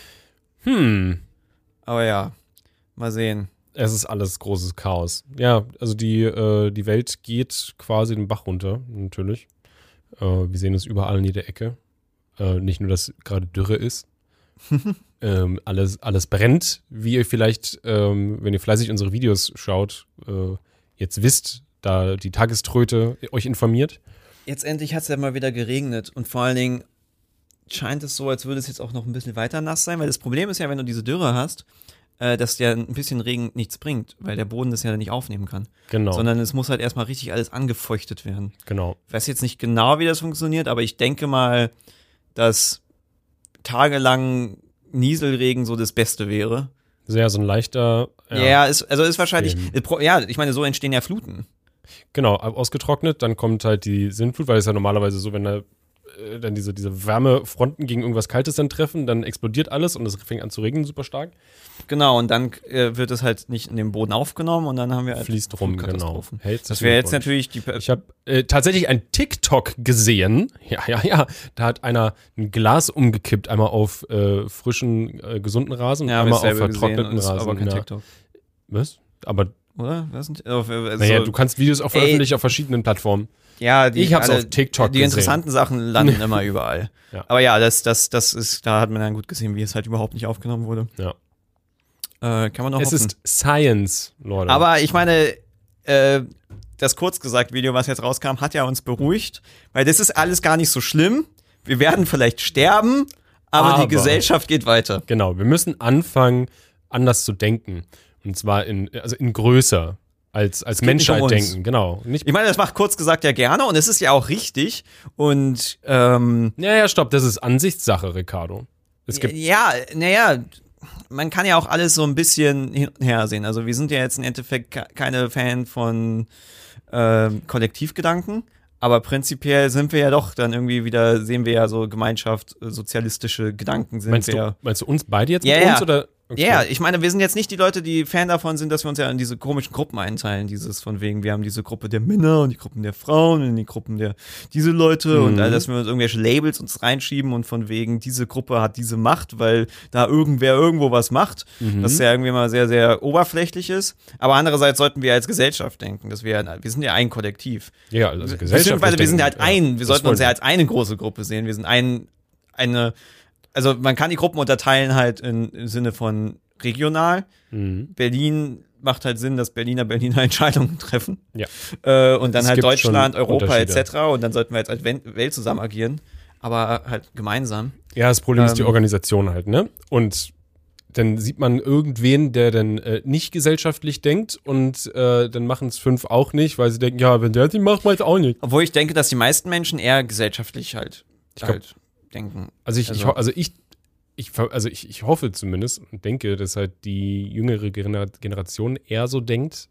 Speaker 2: Hm.
Speaker 1: Aber ja, mal sehen.
Speaker 2: Es ist alles großes Chaos. Ja, also die, äh, die Welt geht quasi den Bach runter, natürlich. Äh, wir sehen es überall in jeder Ecke. Äh, nicht nur, dass gerade Dürre ist. ähm, alles, alles brennt, wie ihr vielleicht, ähm, wenn ihr fleißig unsere Videos schaut, äh, jetzt wisst, da die Tageströte euch informiert.
Speaker 1: Jetzt endlich hat es ja mal wieder geregnet und vor allen Dingen scheint es so, als würde es jetzt auch noch ein bisschen weiter nass sein, weil das Problem ist ja, wenn du diese Dürre hast, dass der ein bisschen Regen nichts bringt, weil der Boden das ja nicht aufnehmen kann.
Speaker 2: Genau.
Speaker 1: Sondern es muss halt erstmal richtig alles angefeuchtet werden.
Speaker 2: Genau.
Speaker 1: Ich weiß jetzt nicht genau, wie das funktioniert, aber ich denke mal, dass tagelang Nieselregen so das Beste wäre.
Speaker 2: Sehr so ein leichter.
Speaker 1: Ja, ja ist, also ist wahrscheinlich, Film. ja, ich meine, so entstehen ja Fluten.
Speaker 2: Genau, ausgetrocknet, dann kommt halt die Sintflut, weil es ja normalerweise so, wenn da äh, dann diese, diese Wärmefronten gegen irgendwas Kaltes dann treffen, dann explodiert alles und es fängt an zu regnen super stark.
Speaker 1: Genau, und dann äh, wird es halt nicht in den Boden aufgenommen und dann haben wir halt
Speaker 2: fließt rum, genau.
Speaker 1: Das wäre jetzt natürlich die.
Speaker 2: Ich habe äh, tatsächlich ein TikTok gesehen. Ja, ja, ja. Da hat einer ein Glas umgekippt, einmal auf äh, frischen, äh, gesunden Rasen
Speaker 1: ja,
Speaker 2: und einmal auf vertrockneten Rasen.
Speaker 1: Aber kein TikTok.
Speaker 2: Was? Aber.
Speaker 1: Oder? Was sind, also,
Speaker 2: naja, du kannst Videos auch veröffentlichen auf verschiedenen Plattformen.
Speaker 1: Ja, die,
Speaker 2: ich hab's
Speaker 1: alle,
Speaker 2: auf TikTok
Speaker 1: Die
Speaker 2: gesehen.
Speaker 1: interessanten Sachen landen immer überall.
Speaker 2: Ja.
Speaker 1: Aber ja, das, das, das ist, da hat man dann gut gesehen, wie es halt überhaupt nicht aufgenommen wurde.
Speaker 2: Ja.
Speaker 1: Äh, kann man noch
Speaker 2: Es
Speaker 1: hoffen.
Speaker 2: ist Science, Leute.
Speaker 1: Aber ich meine, äh, das Kurzgesagt-Video, was jetzt rauskam, hat ja uns beruhigt, weil das ist alles gar nicht so schlimm. Wir werden vielleicht sterben, aber, aber die Gesellschaft geht weiter.
Speaker 2: Genau, wir müssen anfangen, anders zu denken. Und zwar in, also in größer. Als, als Menschheit um denken, genau.
Speaker 1: Nicht ich meine, das macht kurz gesagt ja gerne und es ist ja auch richtig. Und ähm,
Speaker 2: ja, ja, stopp, das ist Ansichtssache, Ricardo. Es gibt
Speaker 1: ja, naja, man kann ja auch alles so ein bisschen hin und her sehen. Also wir sind ja jetzt im Endeffekt keine Fan von ähm, Kollektivgedanken, aber prinzipiell sind wir ja doch dann irgendwie wieder, sehen wir ja so Gemeinschaft, sozialistische Gedanken sind
Speaker 2: meinst
Speaker 1: wir
Speaker 2: du,
Speaker 1: ja.
Speaker 2: Meinst du uns beide jetzt
Speaker 1: ja,
Speaker 2: mit
Speaker 1: ja.
Speaker 2: uns oder?
Speaker 1: Okay. Ja, ich meine, wir sind jetzt nicht die Leute, die Fan davon sind, dass wir uns ja in diese komischen Gruppen einteilen. Dieses von wegen, wir haben diese Gruppe der Männer und die Gruppen der Frauen und die Gruppen der diese Leute mhm. und all, dass wir uns irgendwelche Labels uns reinschieben und von wegen, diese Gruppe hat diese Macht, weil da irgendwer irgendwo was macht. Mhm. Das ja irgendwie mal sehr, sehr oberflächlich ist. Aber andererseits sollten wir als Gesellschaft denken, dass wir, wir sind ja ein Kollektiv.
Speaker 2: Ja, also Gesellschaft.
Speaker 1: Beziehungsweise wir sind halt
Speaker 2: ja,
Speaker 1: ein, wir sollten uns ja als eine große Gruppe sehen. Wir sind ein, eine, also man kann die Gruppen unterteilen halt in, im Sinne von regional.
Speaker 2: Mhm.
Speaker 1: Berlin macht halt Sinn, dass Berliner Berliner Entscheidungen treffen.
Speaker 2: Ja.
Speaker 1: Äh, und dann
Speaker 2: es
Speaker 1: halt Deutschland, Europa et
Speaker 2: Unterschiede.
Speaker 1: cetera. Und dann sollten wir jetzt als Welt zusammen agieren. Aber halt gemeinsam.
Speaker 2: Ja, das Problem
Speaker 1: ähm,
Speaker 2: ist die Organisation halt, ne? Und dann sieht man irgendwen, der dann äh, nicht gesellschaftlich denkt und äh, dann machen es fünf auch nicht, weil sie denken, ja, wenn der es nicht macht, macht es auch nicht.
Speaker 1: Obwohl ich denke, dass die meisten Menschen eher gesellschaftlich halt,
Speaker 2: Ich glaub,
Speaker 1: halt denken.
Speaker 2: Also ich,
Speaker 1: Also-
Speaker 2: ich, ho- also ich, ich, ver- also ich, ich hoffe zumindest und denke, dass halt die jüngere Gener- Generation eher so denkt.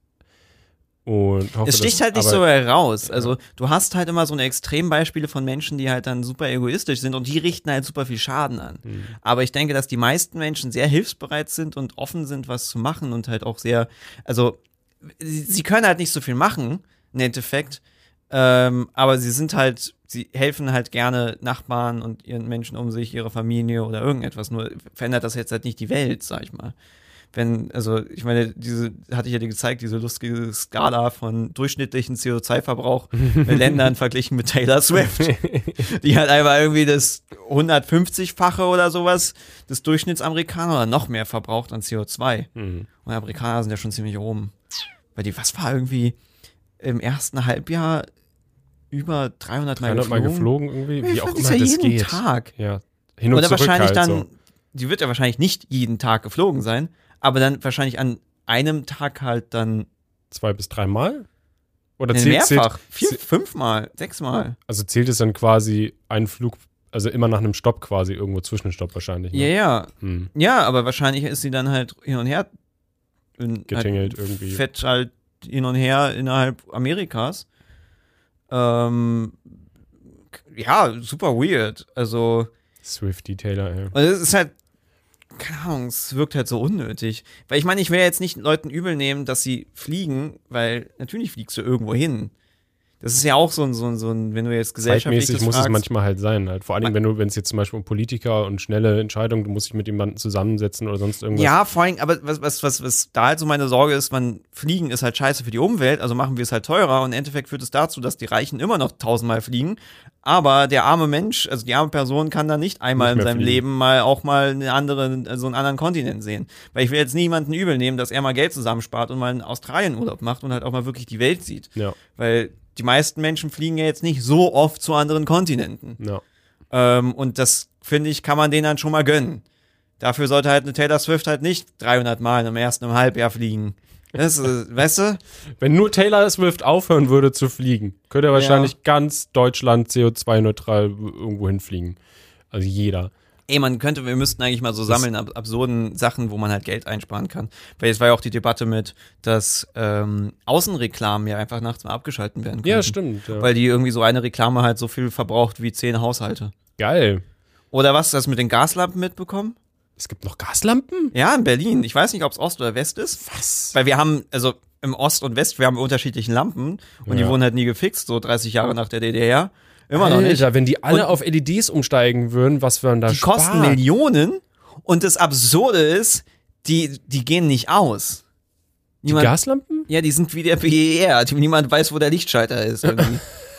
Speaker 2: Und hoffe,
Speaker 1: Es sticht
Speaker 2: dass,
Speaker 1: halt nicht
Speaker 2: aber,
Speaker 1: so heraus. Also du hast halt immer so eine Extrembeispiele von Menschen, die halt dann super egoistisch sind und die richten halt super viel Schaden an.
Speaker 2: Hm.
Speaker 1: Aber ich denke, dass die meisten Menschen sehr hilfsbereit sind und offen sind, was zu machen und halt auch sehr, also sie, sie können halt nicht so viel machen, im Endeffekt, ähm, aber sie sind halt, sie helfen halt gerne Nachbarn und ihren Menschen um sich, ihre Familie oder irgendetwas, nur verändert das jetzt halt nicht die Welt, sag ich mal. Wenn, also ich meine, diese, hatte ich ja dir gezeigt, diese lustige Skala von durchschnittlichen C O zwei Verbrauch mit Ländern verglichen mit Taylor Swift. Die hat einfach irgendwie das hundertfünfzig-fache oder sowas des Durchschnittsamerikaner oder noch mehr verbraucht an C O zwei.
Speaker 2: Mhm.
Speaker 1: Und Amerikaner sind ja schon ziemlich oben. Weil die, was war irgendwie im ersten Halbjahr über dreihundert Mal
Speaker 2: dreihundert Mal
Speaker 1: geflogen?
Speaker 2: geflogen irgendwie, wie auch
Speaker 1: Das ist
Speaker 2: immer
Speaker 1: ja
Speaker 2: das
Speaker 1: jeden
Speaker 2: geht.
Speaker 1: Tag.
Speaker 2: Ja, hin und
Speaker 1: Oder
Speaker 2: zurück
Speaker 1: wahrscheinlich
Speaker 2: halt
Speaker 1: dann,
Speaker 2: so.
Speaker 1: die wird ja wahrscheinlich nicht jeden Tag geflogen sein, aber dann wahrscheinlich an einem Tag halt dann
Speaker 2: Zwei bis dreimal? Oder
Speaker 1: nee,
Speaker 2: zählt,
Speaker 1: mehrfach,
Speaker 2: zählt,
Speaker 1: vier,
Speaker 2: zählt,
Speaker 1: fünfmal, sechsmal.
Speaker 2: also zählt es dann quasi ein Flug, also immer nach einem Stopp quasi, irgendwo Zwischenstopp wahrscheinlich.
Speaker 1: Ja,
Speaker 2: Ne?
Speaker 1: ja.
Speaker 2: Hm.
Speaker 1: Ja, aber wahrscheinlich ist sie dann halt hin und her in,
Speaker 2: Getingelt
Speaker 1: halt
Speaker 2: irgendwie.
Speaker 1: Fett halt hin und her innerhalb Amerikas. Ähm, ja, super weird. Also,
Speaker 2: Swifty Taylor, ey.
Speaker 1: und es ist halt, keine Ahnung, es wirkt halt so unnötig. Weil ich meine, ich will jetzt nicht Leuten übel nehmen, dass sie fliegen, weil natürlich fliegst du irgendwo hin. Das ist ja auch so ein, so ein, so ein wenn du jetzt gesellschaftlich
Speaker 2: Zeitmäßig
Speaker 1: das
Speaker 2: muss
Speaker 1: fragst,
Speaker 2: es manchmal halt sein. Halt. Vor allem, wenn du, wenn es jetzt zum Beispiel um Politiker und schnelle Entscheidungen, du musst dich mit jemandem zusammensetzen oder sonst irgendwas.
Speaker 1: Ja, vor allem, aber was, was, was, was da halt so meine Sorge ist, man, Fliegen ist halt scheiße für die Umwelt, also machen wir es halt teurer und im Endeffekt führt es dazu, dass die Reichen immer noch tausendmal fliegen, aber der arme Mensch, also die arme Person kann dann nicht einmal
Speaker 2: Nicht
Speaker 1: in
Speaker 2: mehr
Speaker 1: seinem
Speaker 2: fliegen.
Speaker 1: Leben mal auch mal eine andere, also einen anderen Kontinent sehen. Weil ich will jetzt niemanden übel nehmen, dass er mal Geld zusammenspart und mal in Australien Urlaub macht und halt auch mal wirklich die Welt sieht.
Speaker 2: Ja,
Speaker 1: Weil die meisten Menschen fliegen ja jetzt nicht so oft zu anderen Kontinenten.
Speaker 2: ja.
Speaker 1: Ähm, und das, finde ich, kann man denen dann schon mal gönnen. Dafür sollte halt eine Taylor Swift halt nicht dreihundert Mal im ersten im Halbjahr fliegen. Das ist, weißt du?
Speaker 2: Wenn nur Taylor Swift aufhören würde zu fliegen, könnte er wahrscheinlich ganz Deutschland C O zwei neutral irgendwo hinfliegen. Also jeder.
Speaker 1: Ey, man könnte, wir müssten eigentlich mal so sammeln, ab, absurden Sachen, wo man halt Geld einsparen kann. Weil es war ja auch die Debatte mit, dass ähm, Außenreklamen ja einfach nachts mal abgeschalten werden können.
Speaker 2: Ja, stimmt. Ja.
Speaker 1: Weil die irgendwie so eine Reklame halt so viel verbraucht wie zehn Haushalte.
Speaker 2: Geil.
Speaker 1: Oder was, das mit den Gaslampen mitbekommen?
Speaker 2: Es gibt noch Gaslampen?
Speaker 1: Ja, in Berlin. Ich weiß nicht, ob es Ost oder West ist.
Speaker 2: Was?
Speaker 1: Weil wir haben, also im Ost und West, wir haben unterschiedliche Lampen und die
Speaker 2: Ja.
Speaker 1: wurden halt nie gefixt, so dreißig Jahre nach der D D R. Immer noch nicht.
Speaker 2: Alter, wenn die alle
Speaker 1: Und-
Speaker 2: auf L E Ds umsteigen würden, was wir da
Speaker 1: Die kosten Millionen und das Absurde ist, die, die gehen nicht aus.
Speaker 2: Die
Speaker 1: Niemand,
Speaker 2: Gaslampen?
Speaker 1: ja, die sind wie der P E R. Niemand weiß, wo der Lichtschalter ist. Irgendwie.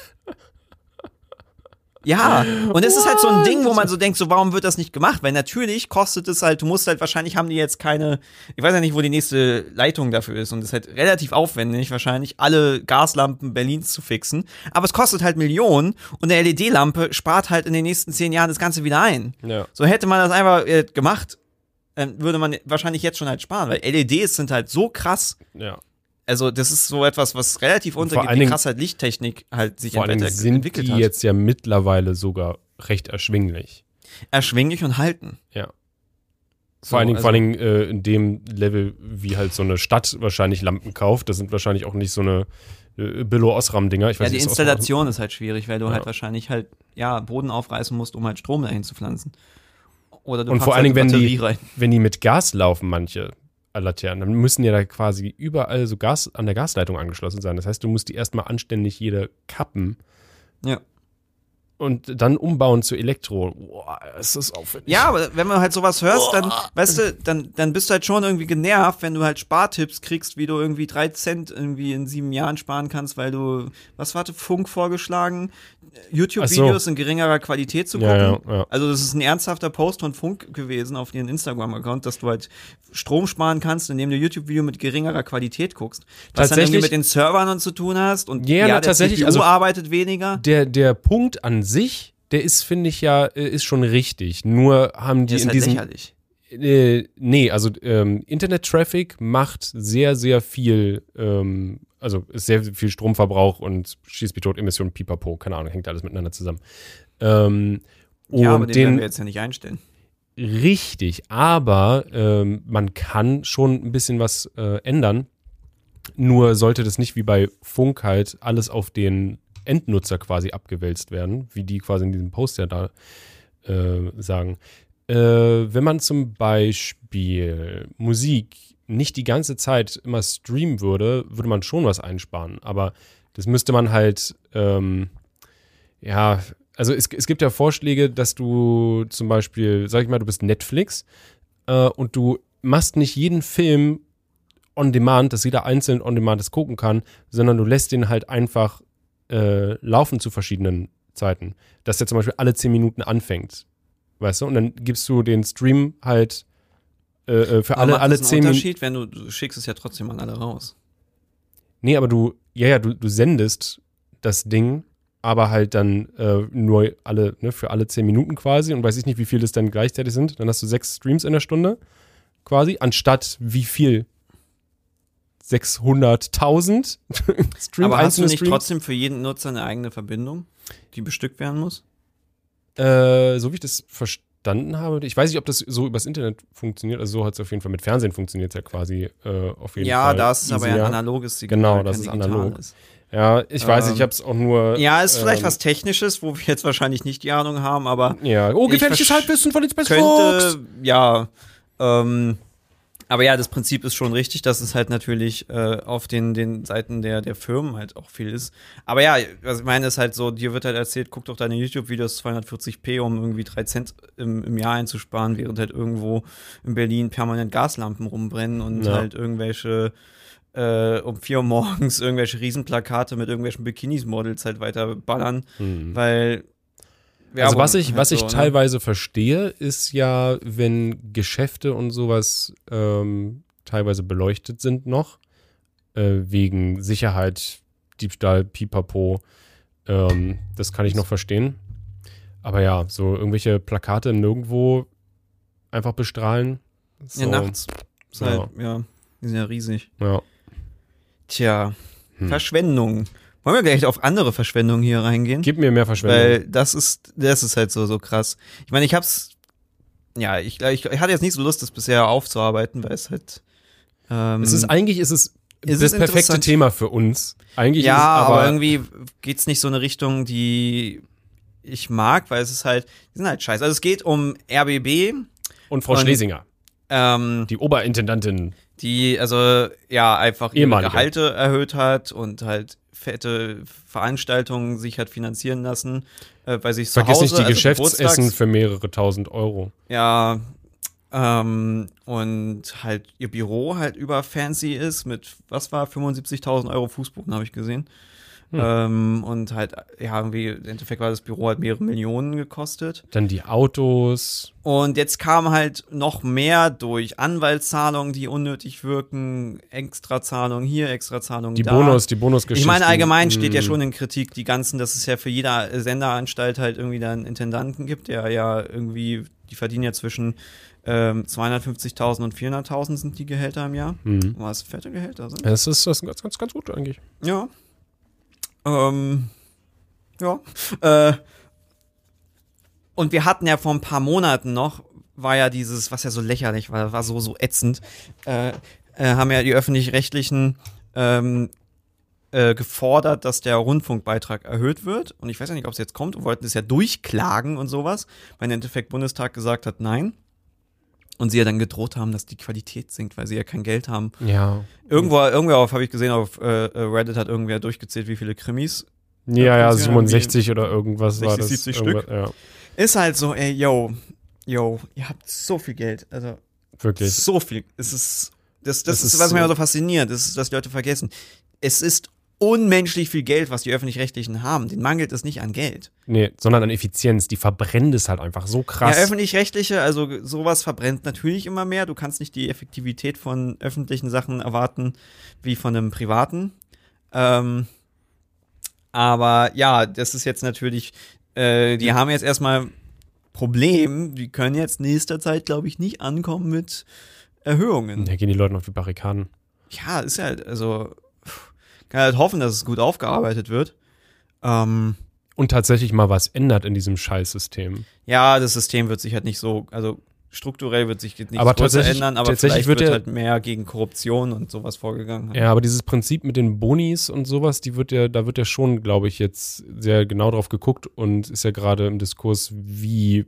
Speaker 1: Ja, und es ist halt so ein Ding, wo man so denkt, so warum wird das nicht gemacht? Weil natürlich kostet es halt, du musst halt, wahrscheinlich haben die jetzt keine, ich weiß ja nicht, wo die nächste Leitung dafür ist und es ist halt relativ aufwendig, wahrscheinlich alle Gaslampen Berlins zu fixen, aber es kostet halt Millionen und eine L E D-Lampe spart halt in den nächsten zehn Jahren das Ganze wieder ein.
Speaker 2: Ja.
Speaker 1: So hätte man das einfach äh, gemacht, dann würde man wahrscheinlich jetzt schon halt sparen, weil L E Ds sind halt so krass.
Speaker 2: Ja.
Speaker 1: Also das ist so etwas, was relativ untergeht,
Speaker 2: allen
Speaker 1: wie
Speaker 2: Dingen-
Speaker 1: krass halt Lichttechnik halt sich
Speaker 2: Vor allem
Speaker 1: entwickelt
Speaker 2: sind
Speaker 1: entwickelt
Speaker 2: die
Speaker 1: hat.
Speaker 2: jetzt ja mittlerweile sogar recht erschwinglich.
Speaker 1: Erschwinglich und halten.
Speaker 2: Ja.
Speaker 1: So,
Speaker 2: Vor allen Dingen,
Speaker 1: also-
Speaker 2: vor allen Dingen äh, in dem Level, wie halt so eine Stadt wahrscheinlich Lampen kauft. Das sind wahrscheinlich auch nicht so eine äh, Billo-Osram-Dinger. Ich weiß
Speaker 1: Ja, die
Speaker 2: nicht, ist
Speaker 1: Installation ist halt schwierig, weil du
Speaker 2: Ja.
Speaker 1: halt wahrscheinlich halt, ja, Boden aufreißen musst, um halt Strom dahin zu pflanzen. Oder du
Speaker 2: Und
Speaker 1: packst
Speaker 2: vor allen
Speaker 1: halt
Speaker 2: Dingen, wenn
Speaker 1: eine
Speaker 2: die,
Speaker 1: Batterie rein.
Speaker 2: wenn die mit Gas laufen, manche Laternen, dann müssen ja da quasi überall so Gas an der Gasleitung angeschlossen sein. Das heißt, du musst die erstmal anständig jede kappen
Speaker 1: Ja.
Speaker 2: und dann umbauen zu Elektro. Boah, das ist aufwendig.
Speaker 1: Ja, aber wenn man halt sowas hörst, dann, weißt du, dann, dann bist du halt schon irgendwie genervt, wenn du halt Spartipps kriegst, wie du irgendwie drei Cent irgendwie in sieben Jahren sparen kannst, weil du, was hatte Funk vorgeschlagen? YouTube-Videos
Speaker 2: Ach so.
Speaker 1: in geringerer Qualität zu gucken.
Speaker 2: Ja, ja, ja.
Speaker 1: Also das ist ein ernsthafter Post von Funk gewesen auf ihren Instagram-Account, dass du halt Strom sparen kannst, indem du YouTube-Video mit geringerer Qualität guckst. Was dann irgendwie
Speaker 2: Tatsächlich-
Speaker 1: mit den Servern und zu tun hast und
Speaker 2: Ja,
Speaker 1: ja,
Speaker 2: na,
Speaker 1: der
Speaker 2: tatsächlich,
Speaker 1: C P U
Speaker 2: also-
Speaker 1: arbeitet weniger.
Speaker 2: Der, der Punkt an sich, der ist, finde ich ja, äh, ist schon richtig. Nur haben die
Speaker 1: Die ist
Speaker 2: in
Speaker 1: halt
Speaker 2: diesem,
Speaker 1: lächerlich.
Speaker 2: Äh, nee, also ähm, Internet-Traffic macht sehr, sehr viel, ähm, also ist sehr viel Stromverbrauch und schießt mich tot, Emissionen, pipapo, keine Ahnung, hängt alles miteinander zusammen. Ähm,
Speaker 1: Ja,
Speaker 2: und
Speaker 1: aber den,
Speaker 2: den
Speaker 1: werden wir jetzt ja nicht einstellen.
Speaker 2: Richtig, aber ähm, man kann schon ein bisschen was äh, ändern. Nur sollte das nicht wie bei Funk halt alles auf den Endnutzer quasi abgewälzt werden, wie die quasi in diesem Post ja da äh, sagen. Äh, wenn man zum Beispiel Musik nicht die ganze Zeit immer streamen würde, würde man schon was einsparen. Aber das müsste man halt, ähm, ja, also es, es gibt ja Vorschläge, dass du zum Beispiel, sag ich mal, du bist Netflix äh, und du machst nicht jeden Film on demand, dass jeder einzeln on demand das gucken kann, sondern du lässt den halt einfach äh, laufen zu verschiedenen Zeiten. Dass der zum Beispiel alle zehn Minuten anfängt. Weißt du? Und dann gibst du den Stream halt äh, für
Speaker 1: Aber
Speaker 2: alle,
Speaker 1: macht
Speaker 2: alle
Speaker 1: das einen
Speaker 2: zehn Minuten.
Speaker 1: Unterschied, wenn du, du schickst es ja trotzdem an alle raus.
Speaker 2: Nee, aber du, ja, ja, du, du sendest das Ding, aber halt dann äh, nur alle, ne, für alle zehn Minuten quasi und weiß ich nicht, wie viel das dann gleichzeitig sind. Dann hast du sechs Streams in der Stunde quasi, anstatt wie viel? sechshunderttausend Stream,
Speaker 1: Aber hast du
Speaker 2: einzelne
Speaker 1: nicht
Speaker 2: Streams?
Speaker 1: trotzdem für jeden Nutzer eine eigene Verbindung, die bestückt werden muss?
Speaker 2: Äh, so wie ich das verstanden habe, ich weiß nicht, ob das so übers Internet funktioniert, also so hat es auf jeden Fall mit Fernsehen funktioniert ja quasi äh, auf jeden
Speaker 1: Ja,
Speaker 2: Fall.
Speaker 1: das ist aber ja ein
Speaker 2: easier.
Speaker 1: analoges Signal.
Speaker 2: Genau,
Speaker 1: kein
Speaker 2: das ist
Speaker 1: digitales.
Speaker 2: analog. Ja, ich weiß,
Speaker 1: Ähm,
Speaker 2: ich habe es auch nur.
Speaker 1: Ja, ist vielleicht
Speaker 2: ähm,
Speaker 1: was Technisches, wo wir jetzt wahrscheinlich nicht die Ahnung haben, aber
Speaker 2: Ja, oh,
Speaker 1: ich
Speaker 2: gefährliches
Speaker 1: versch-
Speaker 2: Halbwissen von den Space Fox.
Speaker 1: könnte, ja, ähm, aber ja, das Prinzip ist schon richtig, dass es halt natürlich äh, auf den, den Seiten der, der Firmen halt auch viel ist. Aber ja, was ich meine ist halt so, dir wird halt erzählt, guck doch deine YouTube-Videos zweihundertvierzig p, um irgendwie drei Cent im, im Jahr einzusparen, während halt irgendwo in Berlin permanent Gaslampen rumbrennen und
Speaker 2: Ja.
Speaker 1: halt irgendwelche äh, um vier Uhr morgens irgendwelche Riesenplakate mit irgendwelchen Bikinis-Models halt weiter ballern,
Speaker 2: Hm.
Speaker 1: weil
Speaker 2: Also was ich,
Speaker 1: halt
Speaker 2: was ich
Speaker 1: so, ne?
Speaker 2: teilweise verstehe, ist ja, wenn Geschäfte und sowas ähm, teilweise beleuchtet sind noch, äh, wegen Sicherheit, Diebstahl, Pipapo, ähm, das kann ich noch verstehen. Aber ja, so irgendwelche Plakate im Nirgendwo einfach bestrahlen. So,
Speaker 1: Ja, nachts. Ist
Speaker 2: Ja.
Speaker 1: halt, ja, die sind ja riesig.
Speaker 2: Ja.
Speaker 1: Tja,
Speaker 2: Hm.
Speaker 1: Verschwendung. Wollen wir gleich auf andere Verschwendung hier reingehen?
Speaker 2: Gib mir mehr Verschwendung.
Speaker 1: Weil das ist, das ist halt so, so krass. Ich meine, ich hab's, ja, ich, ich, ich hatte jetzt nicht so Lust, das bisher aufzuarbeiten, weil es halt, ähm,
Speaker 2: es ist eigentlich, ist es
Speaker 1: ist
Speaker 2: das
Speaker 1: es
Speaker 2: perfekte
Speaker 1: interessant.
Speaker 2: Thema für uns. Eigentlich
Speaker 1: ja,
Speaker 2: ist es
Speaker 1: aber,
Speaker 2: aber,
Speaker 1: irgendwie geht's nicht so in eine Richtung, die ich mag, weil es ist halt, die sind halt scheiße. Also es geht um R B B,
Speaker 2: und Frau
Speaker 1: und-
Speaker 2: Schlesinger,
Speaker 1: ähm,
Speaker 2: die Oberintendantin.
Speaker 1: die also ja einfach ihre
Speaker 2: Ehemalige.
Speaker 1: Gehalte erhöht hat und halt fette Veranstaltungen sich hat finanzieren lassen, äh, bei sich zu
Speaker 2: Vergiss
Speaker 1: Hause.
Speaker 2: nicht die
Speaker 1: also
Speaker 2: Geschäftsessen
Speaker 1: Geburtstags-
Speaker 2: für mehrere tausend Euro.
Speaker 1: Ja, ähm, und halt ihr Büro halt über fancy ist mit, was war, fünfundsiebzigtausend Euro Fußboden, habe ich gesehen.
Speaker 2: Hm.
Speaker 1: Ähm, und halt, ja, irgendwie, im Endeffekt war das Büro halt mehrere Millionen gekostet.
Speaker 2: Dann die Autos.
Speaker 1: Und jetzt kam halt noch mehr durch Anwaltszahlungen, die unnötig wirken, Extrazahlungen hier, Extrazahlungen
Speaker 2: Die
Speaker 1: da.
Speaker 2: Bonus, die Bonusgeschichten.
Speaker 1: Ich meine, allgemein steht ja
Speaker 2: Hm.
Speaker 1: schon in Kritik die ganzen, dass es ja für jede Senderanstalt halt irgendwie da einen Intendanten gibt, der ja irgendwie, die verdienen ja zwischen ähm, zweihundertfünfzigtausend und vierhunderttausend sind die Gehälter im Jahr.
Speaker 2: Hm.
Speaker 1: Was fette Gehälter sind.
Speaker 2: Das ist das ist ganz, ganz, ganz gut eigentlich.
Speaker 1: Ja. Ähm, ja. Äh, und wir hatten ja vor ein paar Monaten noch, war ja dieses, was ja so lächerlich war, war so, so ätzend, äh, äh, haben ja die Öffentlich-Rechtlichen ähm, äh, gefordert, dass der Rundfunkbeitrag erhöht wird. Und ich weiß ja nicht, ob es jetzt kommt und wollten es ja durchklagen und sowas, weil im Endeffekt Bundestag gesagt hat, nein. Und sie ja dann gedroht haben, dass die Qualität sinkt, weil sie ja kein Geld haben.
Speaker 2: Ja.
Speaker 1: Irgendwo, irgendwer auf, habe ich gesehen, auf äh, Reddit hat irgendwer durchgezählt, wie viele Krimis.
Speaker 2: Ja,
Speaker 1: Ja,
Speaker 2: ja,
Speaker 1: irgendwie
Speaker 2: siebenundsechzig oder irgendwas war das.
Speaker 1: sechzig, siebzig
Speaker 2: Irgendwas-
Speaker 1: Stück.
Speaker 2: Ja,
Speaker 1: Ist halt so, ey, yo, yo, ihr habt so viel Geld. Also,
Speaker 2: wirklich.
Speaker 1: so viel. Es ist, das, das,
Speaker 2: Das
Speaker 1: ist,
Speaker 2: ist
Speaker 1: was mich
Speaker 2: so-
Speaker 1: so fasziniert, das ist, was die Leute vergessen. Es ist unmenschlich viel Geld, was die Öffentlich-Rechtlichen haben. Den mangelt es nicht an Geld.
Speaker 2: Nee, sondern an Effizienz. Die verbrennen es halt einfach so krass.
Speaker 1: Ja, Öffentlich-Rechtliche, also sowas verbrennt natürlich immer mehr. Du kannst nicht die Effektivität von öffentlichen Sachen erwarten wie von einem privaten. Ähm, aber ja, das ist jetzt natürlich, äh, die haben jetzt erstmal Problem, die können jetzt nächster Zeit, glaube ich, nicht ankommen mit Erhöhungen.
Speaker 2: Da gehen die Leute auf die Barrikaden.
Speaker 1: Ja, ist halt, also, kann halt hoffen, dass es gut aufgearbeitet wird. Ähm,
Speaker 2: Und tatsächlich mal was ändert in diesem Scheißsystem.
Speaker 1: ja, das System wird sich halt nicht so, also strukturell wird sich nicht
Speaker 2: aber
Speaker 1: größer ändern, aber
Speaker 2: tatsächlich
Speaker 1: vielleicht
Speaker 2: wird,
Speaker 1: wird
Speaker 2: der,
Speaker 1: halt mehr gegen Korruption und sowas vorgegangen.
Speaker 2: Ja, aber dieses Prinzip mit den Bonis und sowas, die wird ja, da wird ja schon, glaube ich, jetzt sehr genau drauf geguckt und ist ja gerade im Diskurs, wie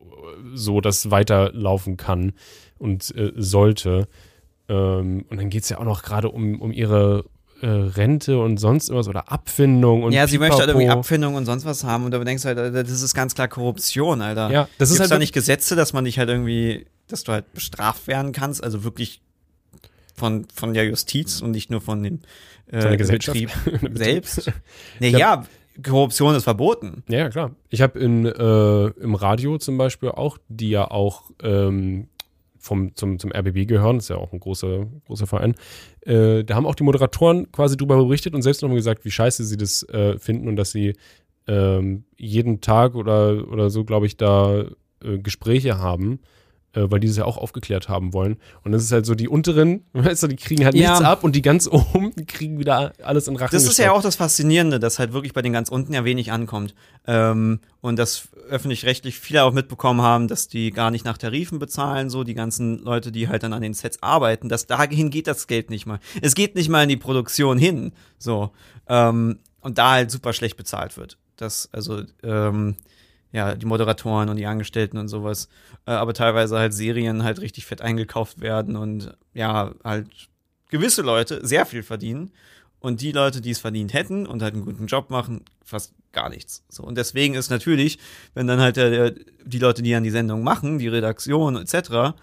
Speaker 2: so das weiterlaufen kann und äh, sollte. Ähm, und dann geht es ja auch noch gerade um, um ihre äh, Rente und sonst irgendwas oder Abfindung und
Speaker 1: ja, sie
Speaker 2: Pipapo.
Speaker 1: möchte halt irgendwie Abfindung und sonst was haben und da denkst du halt, Alter, das ist ganz klar Korruption, Alter.
Speaker 2: Ja, das ist
Speaker 1: Gibt's
Speaker 2: halt
Speaker 1: da nicht Gesetze, dass man dich halt irgendwie, dass du halt bestraft werden kannst, also wirklich von, von der Justiz und nicht nur von dem äh,
Speaker 2: von der Gesellschaft
Speaker 1: Betrieb selbst. Nee, ja, Korruption ist verboten.
Speaker 2: Ja, klar. Ich habe in äh, im Radio zum Beispiel auch, die ja auch ähm, vom, zum, zum R B B gehören, das ist ja auch ein großer, großer Verein, äh, da haben auch die Moderatoren quasi drüber berichtet und selbst nochmal gesagt, wie scheiße sie das äh, finden und dass sie ähm, jeden Tag oder, oder so, glaube ich, da äh, Gespräche haben, äh, weil die das ja auch aufgeklärt haben wollen. Und das ist halt so, die unteren, weißt du, die kriegen halt
Speaker 1: Ja.
Speaker 2: nichts ab und die ganz oben, die kriegen wieder alles in Rachen
Speaker 1: Das ist
Speaker 2: gestopft.
Speaker 1: ja auch das Faszinierende, dass halt wirklich bei den ganz unten ja wenig ankommt. Ähm, und dass öffentlich-rechtlich viele auch mitbekommen haben, dass die gar nicht nach Tarifen bezahlen, so die ganzen Leute, die halt dann an den Sets arbeiten, dass dahin geht das Geld nicht mal. Es geht nicht mal in die Produktion hin, so. Ähm, und da halt super schlecht bezahlt wird. Das, also, ähm, ja, die Moderatoren und die Angestellten und sowas, äh, aber teilweise halt Serien halt richtig fett eingekauft werden und ja, halt gewisse Leute sehr viel verdienen und die Leute, die es verdient hätten und halt einen guten Job machen, fast gar nichts. So, und deswegen ist natürlich, wenn dann halt der, der, die Leute, die an die Sendung machen, die Redaktion et cetera,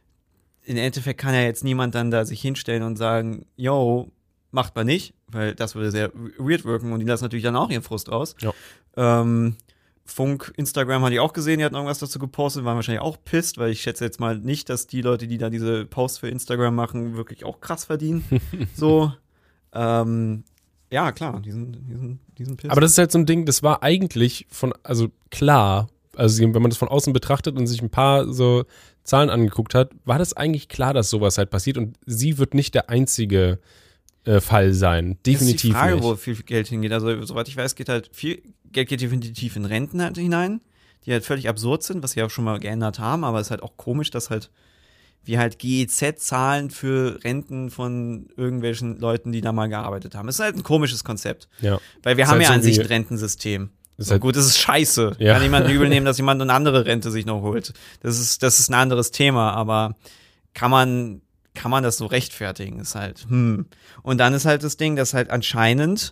Speaker 1: im Endeffekt kann ja jetzt niemand dann da sich hinstellen und sagen, yo, macht man nicht, weil das würde sehr weird wirken und die lassen natürlich dann auch ihren Frust raus.
Speaker 2: Ja.
Speaker 1: Ähm, Funk, Instagram hatte ich auch gesehen, die hatten irgendwas dazu gepostet, waren wahrscheinlich auch pisst, weil ich schätze jetzt mal nicht, dass die Leute, die da diese Posts für Instagram machen, wirklich auch krass verdienen. so, ähm, ja, klar, die sind, die sind, die sind pisst.
Speaker 2: Aber das ist halt so ein Ding, das war eigentlich von, also klar, also wenn man das von außen betrachtet und sich ein paar so Zahlen angeguckt hat, war das eigentlich klar, dass sowas halt passiert und sie wird nicht der einzige äh, Fall sein. Definitiv
Speaker 1: das ist die Frage,
Speaker 2: nicht.
Speaker 1: wo viel Geld hingeht. Also, soweit ich weiß, geht halt viel Geld geht definitiv in Renten halt hinein, die halt völlig absurd sind, was sie auch schon mal geändert haben, aber es ist halt auch komisch, dass halt wir halt G E Z zahlen für Renten von irgendwelchen Leuten, die da mal gearbeitet haben. Es ist halt ein komisches Konzept.
Speaker 2: Ja.
Speaker 1: Weil wir
Speaker 2: Ist
Speaker 1: haben
Speaker 2: halt
Speaker 1: ja
Speaker 2: so
Speaker 1: an sich
Speaker 2: wie-
Speaker 1: ein Rentensystem.
Speaker 2: Ist
Speaker 1: So,
Speaker 2: halt-
Speaker 1: gut, das ist scheiße.
Speaker 2: Ja.
Speaker 1: Kann jemand übel nehmen, dass jemand eine andere Rente sich noch holt. Das ist, das ist ein anderes Thema, aber kann man, kann man das so rechtfertigen? Ist halt, hm. Und dann ist halt das Ding, dass halt anscheinend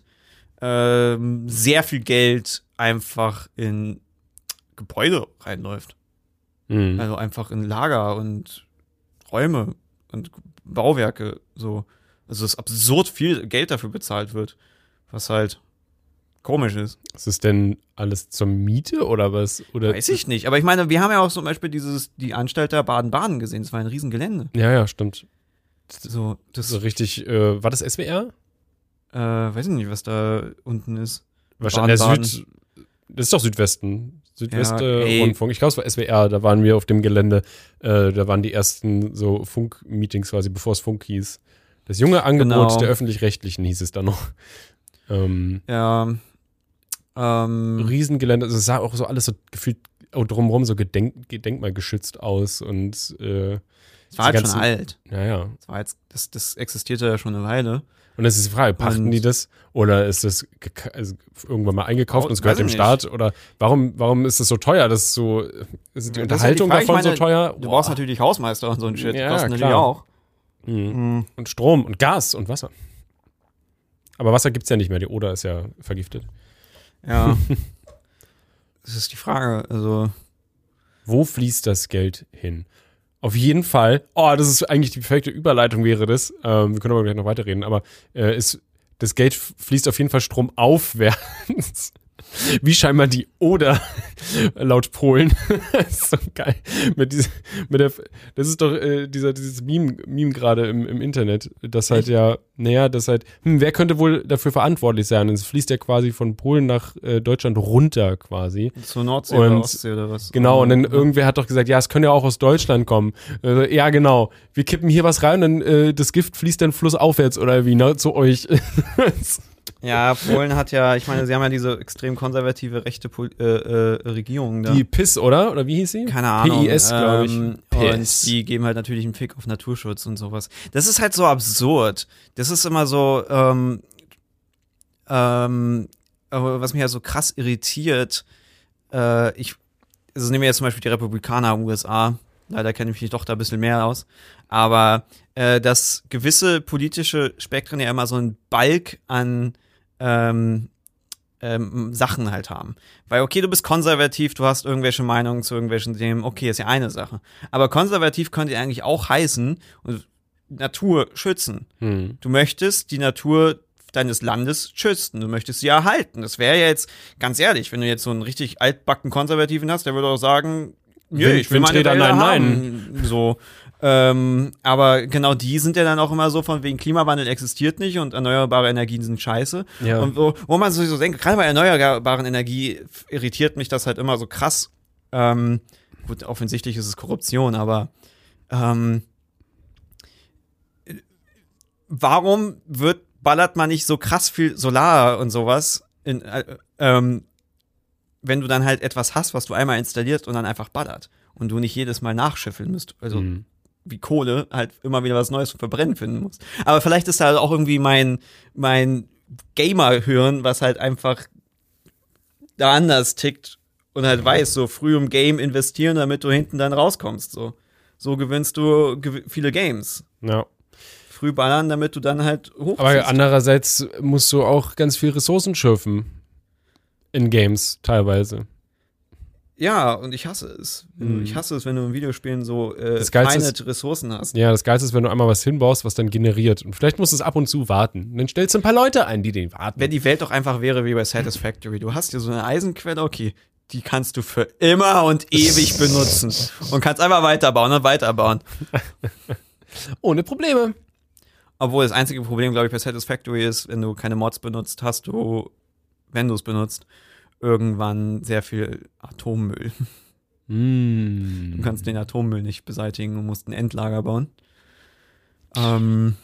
Speaker 1: ähm, sehr viel Geld einfach in Gebäude reinläuft.
Speaker 2: Mhm.
Speaker 1: Also einfach in Lager und Räume und Bauwerke, so. Also es ist absurd viel Geld dafür bezahlt wird, was halt komisch ist.
Speaker 2: Ist es denn alles zur Miete oder was? Oder
Speaker 1: Weiß ich nicht. Aber ich meine, wir haben ja auch zum Beispiel dieses, die Anstalt der Baden-Baden gesehen. Das war ein Riesengelände.
Speaker 2: Ja, ja, stimmt.
Speaker 1: So, das,
Speaker 2: So richtig, äh, war das S W R?
Speaker 1: äh, weiß ich nicht, was da unten ist.
Speaker 2: Wahrscheinlich der
Speaker 1: Baden-Baden.
Speaker 2: Süd, das ist doch Südwesten.
Speaker 1: Ja, ey.
Speaker 2: Südwest-Rundfunk. ich glaube, es war S W R, da waren wir auf dem Gelände. Äh, da waren die ersten so Funk-Meetings quasi, bevor es Funk hieß. Das junge Angebot
Speaker 1: Genau.
Speaker 2: der Öffentlich-Rechtlichen hieß es da noch. Ähm,
Speaker 1: Ja, ähm,
Speaker 2: Riesengelände, also es sah auch so alles so gefühlt oh, drumherum so gedenk, gedenkmalgeschützt aus und äh,
Speaker 1: es war halt
Speaker 2: ganzen-
Speaker 1: schon alt.
Speaker 2: ja, ja.
Speaker 1: Das, war jetzt, das, das existierte ja schon eine Weile.
Speaker 2: Und das ist die Frage, pachten
Speaker 1: Und-
Speaker 2: die das oder ist das geka- also irgendwann mal eingekauft
Speaker 1: Oh,
Speaker 2: und es gehört
Speaker 1: weiß
Speaker 2: dem
Speaker 1: ich
Speaker 2: Staat oder warum, warum ist das so teuer? Das ist so, ist die
Speaker 1: Ja, das ist ja
Speaker 2: Unterhaltung
Speaker 1: die Frage.
Speaker 2: davon
Speaker 1: Ich meine,
Speaker 2: so teuer?
Speaker 1: Du
Speaker 2: Boah.
Speaker 1: brauchst natürlich Hausmeister und so ein Shit.
Speaker 2: Ja,
Speaker 1: Die kosten natürlich
Speaker 2: klar.
Speaker 1: auch.
Speaker 2: Mhm. Und Strom und Gas und Wasser. Aber Wasser gibt's ja nicht mehr, die Oder ist ja vergiftet.
Speaker 1: Ja. Das ist die Frage. Also,
Speaker 2: Wo fließt das Geld hin? Auf jeden Fall, oh, das ist eigentlich die perfekte Überleitung wäre das, ähm, wir können aber gleich noch weiterreden, aber äh, ist, das Geld fließt auf jeden Fall stromaufwärts. Wie scheinbar die Oder laut Polen. Das ist so geil. Mit dieser, mit der, das ist doch äh, dieser, dieses Meme, Meme gerade im, im Internet, das halt ja, naja, das halt, hm, wer könnte wohl dafür verantwortlich sein? Und es fließt ja quasi von Polen nach äh, Deutschland runter quasi.
Speaker 1: Zur Nordsee
Speaker 2: und,
Speaker 1: oder Ostsee oder was?
Speaker 2: Genau, und dann
Speaker 1: ja.
Speaker 2: irgendwer hat doch gesagt, ja, es könnte ja auch aus Deutschland kommen. Äh, ja, genau. Wir kippen hier was rein und dann äh, das Gift fließt dann flussaufwärts oder wie, ne, zu euch.
Speaker 1: Ja, Polen hat ja, ich meine, sie haben ja diese extrem konservative rechte Pol äh, äh, Regierung da.
Speaker 2: Die P I S, oder? Oder wie hieß sie?
Speaker 1: Keine Ahnung.
Speaker 2: P I S, glaube ich.
Speaker 1: Ähm,
Speaker 2: P I S.
Speaker 1: Und die geben halt natürlich einen Fick auf Naturschutz und sowas. Das ist halt so absurd. Das ist immer so, ähm, ähm, aber was mich ja so krass irritiert, äh, ich, also nehmen wir jetzt zum Beispiel die Republikaner in den U S A, leider kenne ich mich doch da ein bisschen mehr aus, aber äh, dass gewisse politische Spektren ja immer so einen Balk an ähm, ähm, Sachen halt haben. Weil, okay, du bist konservativ, du hast irgendwelche Meinungen zu irgendwelchen Themen, okay, ist ja eine Sache. Aber konservativ könnte ja eigentlich auch heißen, Natur schützen.
Speaker 2: Hm.
Speaker 1: Du möchtest die Natur deines Landes schützen, du möchtest sie erhalten. Das wäre ja jetzt, ganz ehrlich, wenn du jetzt so einen richtig altbacken Konservativen hast, der würde auch sagen, nee, ich will meine Wälder
Speaker 2: nein,
Speaker 1: haben. Nein. So. Ähm, aber genau die sind ja dann auch immer so von wegen Klimawandel existiert nicht und erneuerbare Energien sind scheiße.
Speaker 2: Ja.
Speaker 1: Und wo, wo man sowieso denkt, gerade bei erneuerbaren Energie irritiert mich das halt immer so krass. Ähm, gut, offensichtlich ist es Korruption, aber ähm, warum wird, ballert man nicht so krass viel Solar und sowas in, äh, ähm, wenn du dann halt etwas hast, was du einmal installiert und dann einfach ballert und du nicht jedes Mal nachschiffeln müsst, also mhm. wie Kohle halt immer wieder was Neues zum Verbrennen finden musst. Aber vielleicht ist da halt auch irgendwie mein, mein Gamer-Hirn, was halt einfach da anders tickt und halt weiß, so früh im Game investieren, damit du hinten dann rauskommst, so. So gewinnst du gew- viele Games.
Speaker 2: Ja.
Speaker 1: Früh ballern, damit du dann halt hochziehst.
Speaker 2: Aber andererseits musst du auch ganz viel Ressourcen schürfen. In Games teilweise.
Speaker 1: Ja, und ich hasse es.
Speaker 2: Mhm.
Speaker 1: Ich hasse es, wenn du in Videospielen so äh,
Speaker 2: feine
Speaker 1: Ressourcen hast.
Speaker 2: Ja, das Geilste ist, wenn du einmal was hinbaust, was dann generiert. Und vielleicht musst du es ab und zu warten. Und dann stellst du ein paar Leute ein, die den warten.
Speaker 1: Wenn die Welt doch einfach wäre wie bei Satisfactory. Du hast hier so eine Eisenquelle, okay, die kannst du für immer und ewig benutzen. Und kannst einfach weiterbauen und weiterbauen.
Speaker 2: Ohne Probleme.
Speaker 1: Obwohl das einzige Problem, glaube ich, bei Satisfactory ist, wenn du keine Mods benutzt, hast du, wenn du es benutzt, irgendwann sehr viel Atommüll.
Speaker 2: Mm.
Speaker 1: Du kannst den Atommüll nicht beseitigen und musst ein Endlager bauen. Ähm,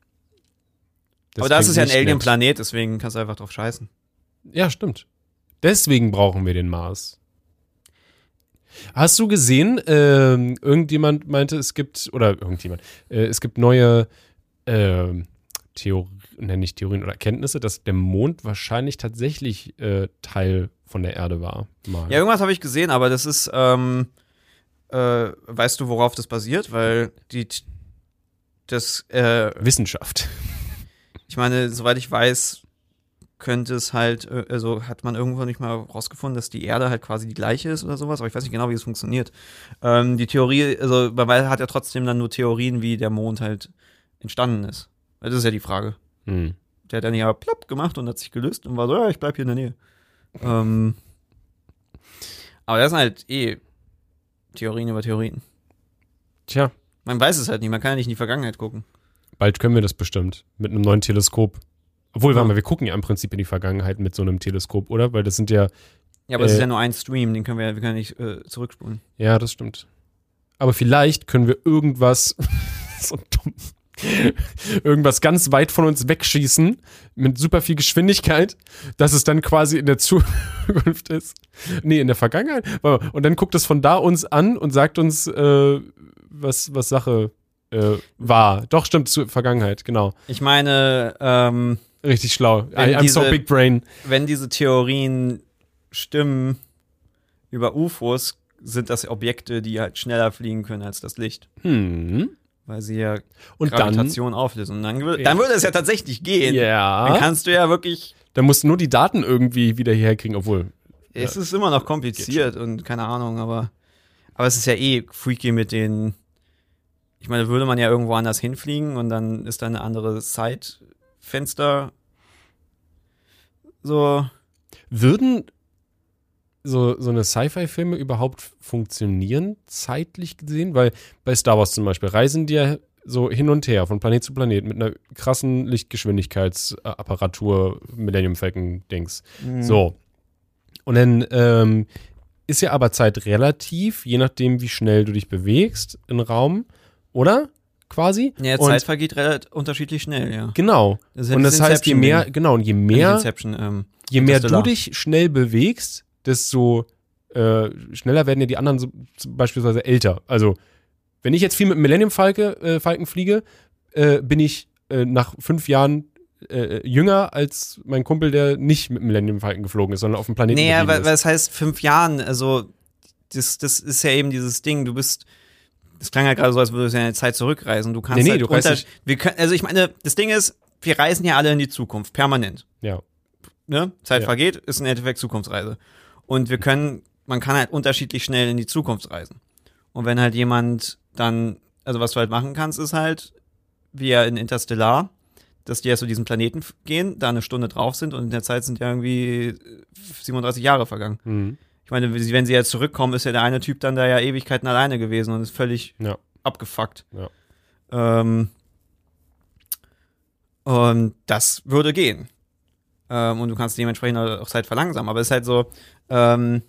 Speaker 2: Das
Speaker 1: aber das ist ja ein
Speaker 2: klingt nicht
Speaker 1: Alien-Planet, deswegen kannst du einfach drauf scheißen.
Speaker 2: nett. Ja, stimmt. Deswegen brauchen wir den Mars. Hast du gesehen, ähm, irgendjemand meinte, es gibt, oder irgendjemand, äh, es gibt neue äh, Theorien, nenne ich Theorien oder Erkenntnisse, dass der Mond wahrscheinlich tatsächlich äh, Teil von der Erde war. Mal.
Speaker 1: Ja, irgendwas habe ich gesehen, aber das ist, ähm, äh, weißt du, worauf das basiert? Weil die, das, äh,
Speaker 2: Wissenschaft.
Speaker 1: ich meine, soweit ich weiß, könnte es halt, äh, also hat man irgendwo nicht mal rausgefunden, dass die Erde halt quasi die gleiche ist oder sowas, aber ich weiß nicht genau, wie es funktioniert. Ähm, die Theorie, also man hat ja trotzdem dann nur Theorien, wie der Mond halt entstanden ist. Das ist ja die Frage.
Speaker 2: Hm.
Speaker 1: Der hat dann ja plopp gemacht und hat sich gelöst und war so, ja, ich bleib hier in der Nähe. Ähm, aber das sind halt eh Theorien über Theorien.
Speaker 2: Tja,
Speaker 1: Man weiß es halt nicht, man kann ja nicht in die Vergangenheit gucken.
Speaker 2: bald können wir das bestimmt mit einem neuen Teleskop. Obwohl,
Speaker 1: Ja.
Speaker 2: warte mal, wir gucken ja im Prinzip in die Vergangenheit mit so einem Teleskop, oder? Weil das sind ja,
Speaker 1: Ja, aber es ist
Speaker 2: Äh,
Speaker 1: ja nur ein Stream, den können wir, wir können ja nicht äh, zurückspulen.
Speaker 2: ja, das stimmt. Aber vielleicht können wir irgendwas, so dumm, irgendwas ganz weit von uns wegschießen mit super viel Geschwindigkeit, dass es dann quasi in der Zukunft ist. Nee, in der Vergangenheit. Und dann guckt es von da uns an und sagt uns, äh, was, was Sache äh, war. Doch, stimmt, zur Vergangenheit, genau.
Speaker 1: Ich meine, ähm,
Speaker 2: Richtig schlau.
Speaker 1: Wenn
Speaker 2: I, I'm
Speaker 1: diese-
Speaker 2: so big brain.
Speaker 1: wenn diese Theorien stimmen über U F Os, sind das Objekte, die halt schneller fliegen können als das Licht.
Speaker 2: Hm.
Speaker 1: Weil sie ja
Speaker 2: Und dann,
Speaker 1: Gravitation auflösen. Und dann, wür-
Speaker 2: Ja.
Speaker 1: dann würde es ja tatsächlich gehen. Dann
Speaker 2: ja,
Speaker 1: kannst du ja wirklich.
Speaker 2: dann musst du nur die Daten irgendwie wieder hierher kriegen, obwohl,
Speaker 1: Es ist immer noch kompliziert und keine Ahnung, aber, aber es ist ja eh freaky mit den. Ich meine, würde man ja irgendwo anders hinfliegen und dann ist da eine andere Zeitfenster. So.
Speaker 2: würden so, so eine Sci-Fi-Filme überhaupt funktionieren, zeitlich gesehen? Weil bei Star Wars zum Beispiel reisen die ja so hin und her, von Planet zu Planet, mit einer krassen Lichtgeschwindigkeitsapparatur, Millennium Falcon-Dings.
Speaker 1: Mhm.
Speaker 2: So. Und dann ähm, ist ja aber Zeit relativ, je nachdem, wie schnell du dich bewegst im Raum, oder? Quasi.
Speaker 1: Ja,
Speaker 2: und
Speaker 1: Zeit vergeht relativ unterschiedlich schnell, ja.
Speaker 2: Genau.
Speaker 1: Das ist ja
Speaker 2: und das
Speaker 1: dieses
Speaker 2: heißt, je mehr,
Speaker 1: Inception-Ding.
Speaker 2: genau, und je
Speaker 1: Nicht
Speaker 2: mehr,
Speaker 1: Inception, ähm,
Speaker 2: je mehr du
Speaker 1: Interstellar.
Speaker 2: dich schnell bewegst, desto äh, schneller werden ja die anderen so, so beispielsweise älter. Also, wenn ich jetzt viel mit dem Millennium Falke, äh, Falken fliege, äh, bin ich äh, nach fünf Jahren äh, jünger als mein Kumpel, der nicht mit dem Millennium Falken geflogen ist, sondern auf dem Planeten
Speaker 1: Naja,
Speaker 2: geblieben
Speaker 1: weil, weil
Speaker 2: ist.
Speaker 1: es heißt fünf Jahren, also das, das ist ja eben dieses Ding, du bist, das klang ja gerade so, als würdest du ja in die Zeit zurückreisen. Du kannst
Speaker 2: Nee, nee,
Speaker 1: halt
Speaker 2: du reist
Speaker 1: unter,
Speaker 2: nicht-
Speaker 1: wir können, also ich meine, das Ding ist, wir reisen ja alle in die Zukunft, permanent.
Speaker 2: Ja.
Speaker 1: Ne? Zeit
Speaker 2: Ja.
Speaker 1: vergeht, ist im Endeffekt Zukunftsreise. Und wir können, man kann halt unterschiedlich schnell in die Zukunft reisen. Und wenn halt jemand dann, also was du halt machen kannst, ist halt, wie ja in Interstellar, dass die erst zu diesem Planeten f- gehen, da eine Stunde drauf sind und in der Zeit sind ja irgendwie siebenunddreißig Jahre vergangen.
Speaker 2: Mhm.
Speaker 1: Ich meine, wenn sie- wenn sie jetzt zurückkommen, ist ja der eine Typ dann da ja Ewigkeiten alleine gewesen und ist völlig
Speaker 2: Ja.
Speaker 1: abgefuckt.
Speaker 2: Ja.
Speaker 1: Ähm, und das würde gehen. Ähm, und du kannst dementsprechend auch Zeit verlangsamen. Aber es ist halt so, ähm,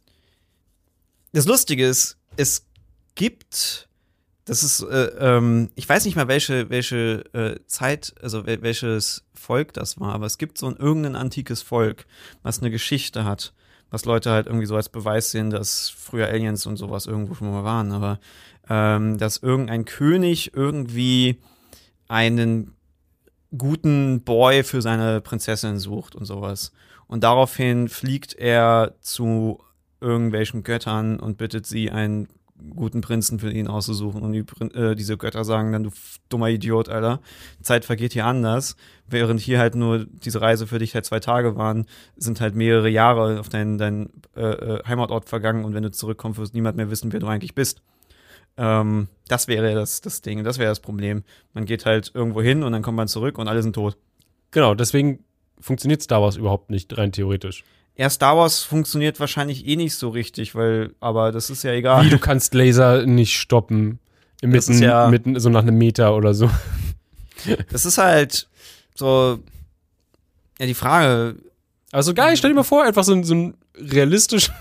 Speaker 1: das Lustige ist, es gibt, das ist, äh, ähm, ich weiß nicht mal, welche, welche äh, Zeit, also wel welches Volk das war, aber es gibt so ein irgendein antikes Volk, was eine Geschichte hat, was Leute halt irgendwie so als Beweis sehen, dass früher Aliens und sowas irgendwo schon mal waren, aber ähm, dass irgendein König irgendwie einen guten Boy für seine Prinzessin sucht und sowas. Und daraufhin fliegt er zu irgendwelchen Göttern und bittet sie, einen guten Prinzen für ihn auszusuchen. Und die, Prin- äh, diese Götter sagen dann, du f- dummer Idiot, Alter, Zeit vergeht hier anders. Während hier halt nur diese Reise für dich halt zwei Tage waren, sind halt mehrere Jahre auf deinen dein, äh, äh, Heimatort vergangen und wenn du zurückkommst, wirst niemand mehr wissen, wer du eigentlich bist. Ähm, das wäre das, das Ding, das wäre das Problem. Man geht halt irgendwo hin und dann kommt man zurück und alle sind tot.
Speaker 2: Genau, deswegen funktioniert Star Wars überhaupt nicht, rein theoretisch.
Speaker 1: Ja, Star Wars funktioniert wahrscheinlich eh nicht so richtig, weil, aber das ist ja egal.
Speaker 2: Wie, du kannst Laser nicht stoppen.
Speaker 1: Das
Speaker 2: Mitten,
Speaker 1: ist ja-
Speaker 2: mitten, so nach einem Meter oder so.
Speaker 1: Das ist halt so, ja, die Frage,
Speaker 2: Also geil, stell dir mal vor, einfach so ein, so ein realistisches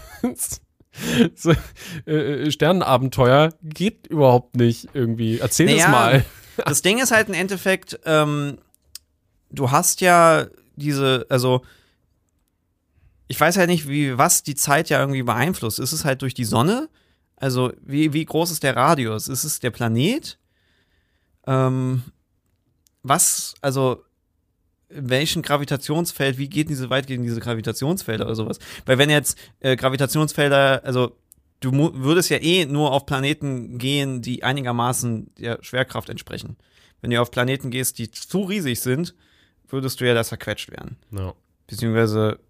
Speaker 2: so, äh, Sternenabenteuer geht überhaupt nicht irgendwie. Erzähl
Speaker 1: Naja,
Speaker 2: das mal.
Speaker 1: das Ding ist halt im Endeffekt, ähm, du hast ja diese, also ich weiß halt nicht, wie, was die Zeit ja irgendwie beeinflusst. Ist es halt durch die Sonne? Also, wie, wie groß ist der Radius? Ist es der Planet? Ähm, was, also, in welchem Gravitationsfeld, wie geht diese weit gegen diese Gravitationsfelder oder sowas? Weil wenn jetzt äh, Gravitationsfelder, also du mu- würdest ja eh nur auf Planeten gehen, die einigermaßen der Schwerkraft entsprechen. Wenn du auf Planeten gehst, die zu riesig sind, würdest du ja da zerquetscht werden.
Speaker 2: No.
Speaker 1: Beziehungsweise,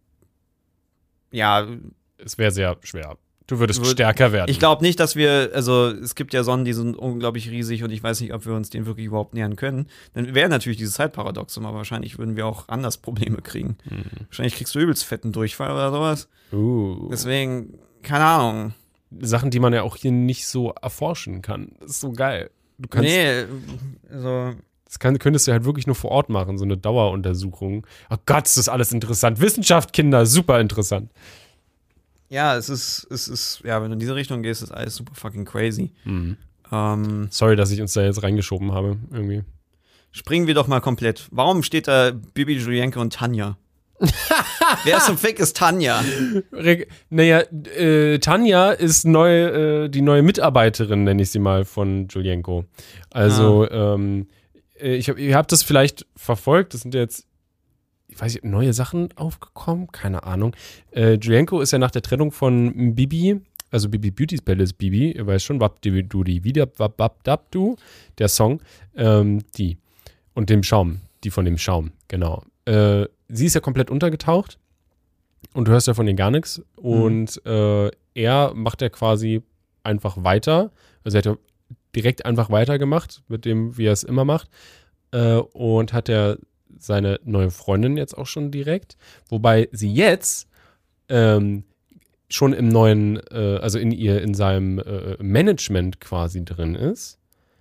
Speaker 1: ja,
Speaker 2: Es wäre sehr schwer. Du würdest
Speaker 1: Würd-
Speaker 2: stärker werden.
Speaker 1: ich glaube nicht, dass wir, also es gibt ja Sonnen, die sind unglaublich riesig und ich weiß nicht, ob wir uns denen wirklich überhaupt nähern können. Dann wäre natürlich dieses Zeitparadoxum, aber wahrscheinlich würden wir auch anders Probleme kriegen.
Speaker 2: Mhm.
Speaker 1: Wahrscheinlich kriegst du übelst fetten Durchfall oder sowas.
Speaker 2: Uh.
Speaker 1: Deswegen, keine Ahnung.
Speaker 2: Sachen, die man ja auch hier nicht so erforschen kann. Das ist so geil. Du kannst,
Speaker 1: Nee, also,
Speaker 2: das kann, könntest du halt wirklich nur vor Ort machen, so eine Daueruntersuchung. Oh Gott, ist das alles interessant. Wissenschaft, Kinder, super interessant.
Speaker 1: ja, es ist, es ist, ja, wenn du in diese Richtung gehst, ist alles super fucking crazy.
Speaker 2: Mhm.
Speaker 1: Ähm,
Speaker 2: Sorry, dass ich uns da jetzt reingeschoben habe, irgendwie.
Speaker 1: springen wir doch mal komplett. Warum steht da Bibi, Julienke und Tanja? Wer zum Fick ist Tanja?
Speaker 2: Re naja, äh, Tanja ist neu, äh, die neue Mitarbeiterin, nenne ich sie mal, von Julienko. Also, ähm, äh, ich hab, ihr habt das vielleicht verfolgt, das sind ja jetzt, ich weiß nicht, neue Sachen aufgekommen, keine Ahnung. Äh, Julienko ist ja nach der Trennung von Bibi, also Bibi Beauty's Palace Bibi, ihr weißt schon, Wap du die wieder, Wap Wap Dap Du, der Song, ähm, die. Und dem Schaum, die von dem Schaum, genau. Äh, sie ist ja komplett untergetaucht und du hörst ja von ihr gar nichts. Und äh, er macht ja quasi einfach weiter. Also er hat ja direkt einfach weitergemacht mit dem, wie er es immer macht. Äh, und hat ja seine neue Freundin jetzt auch schon direkt. Wobei sie jetzt ähm, schon im neuen, äh, also in ihr, in seinem äh, Management quasi drin ist.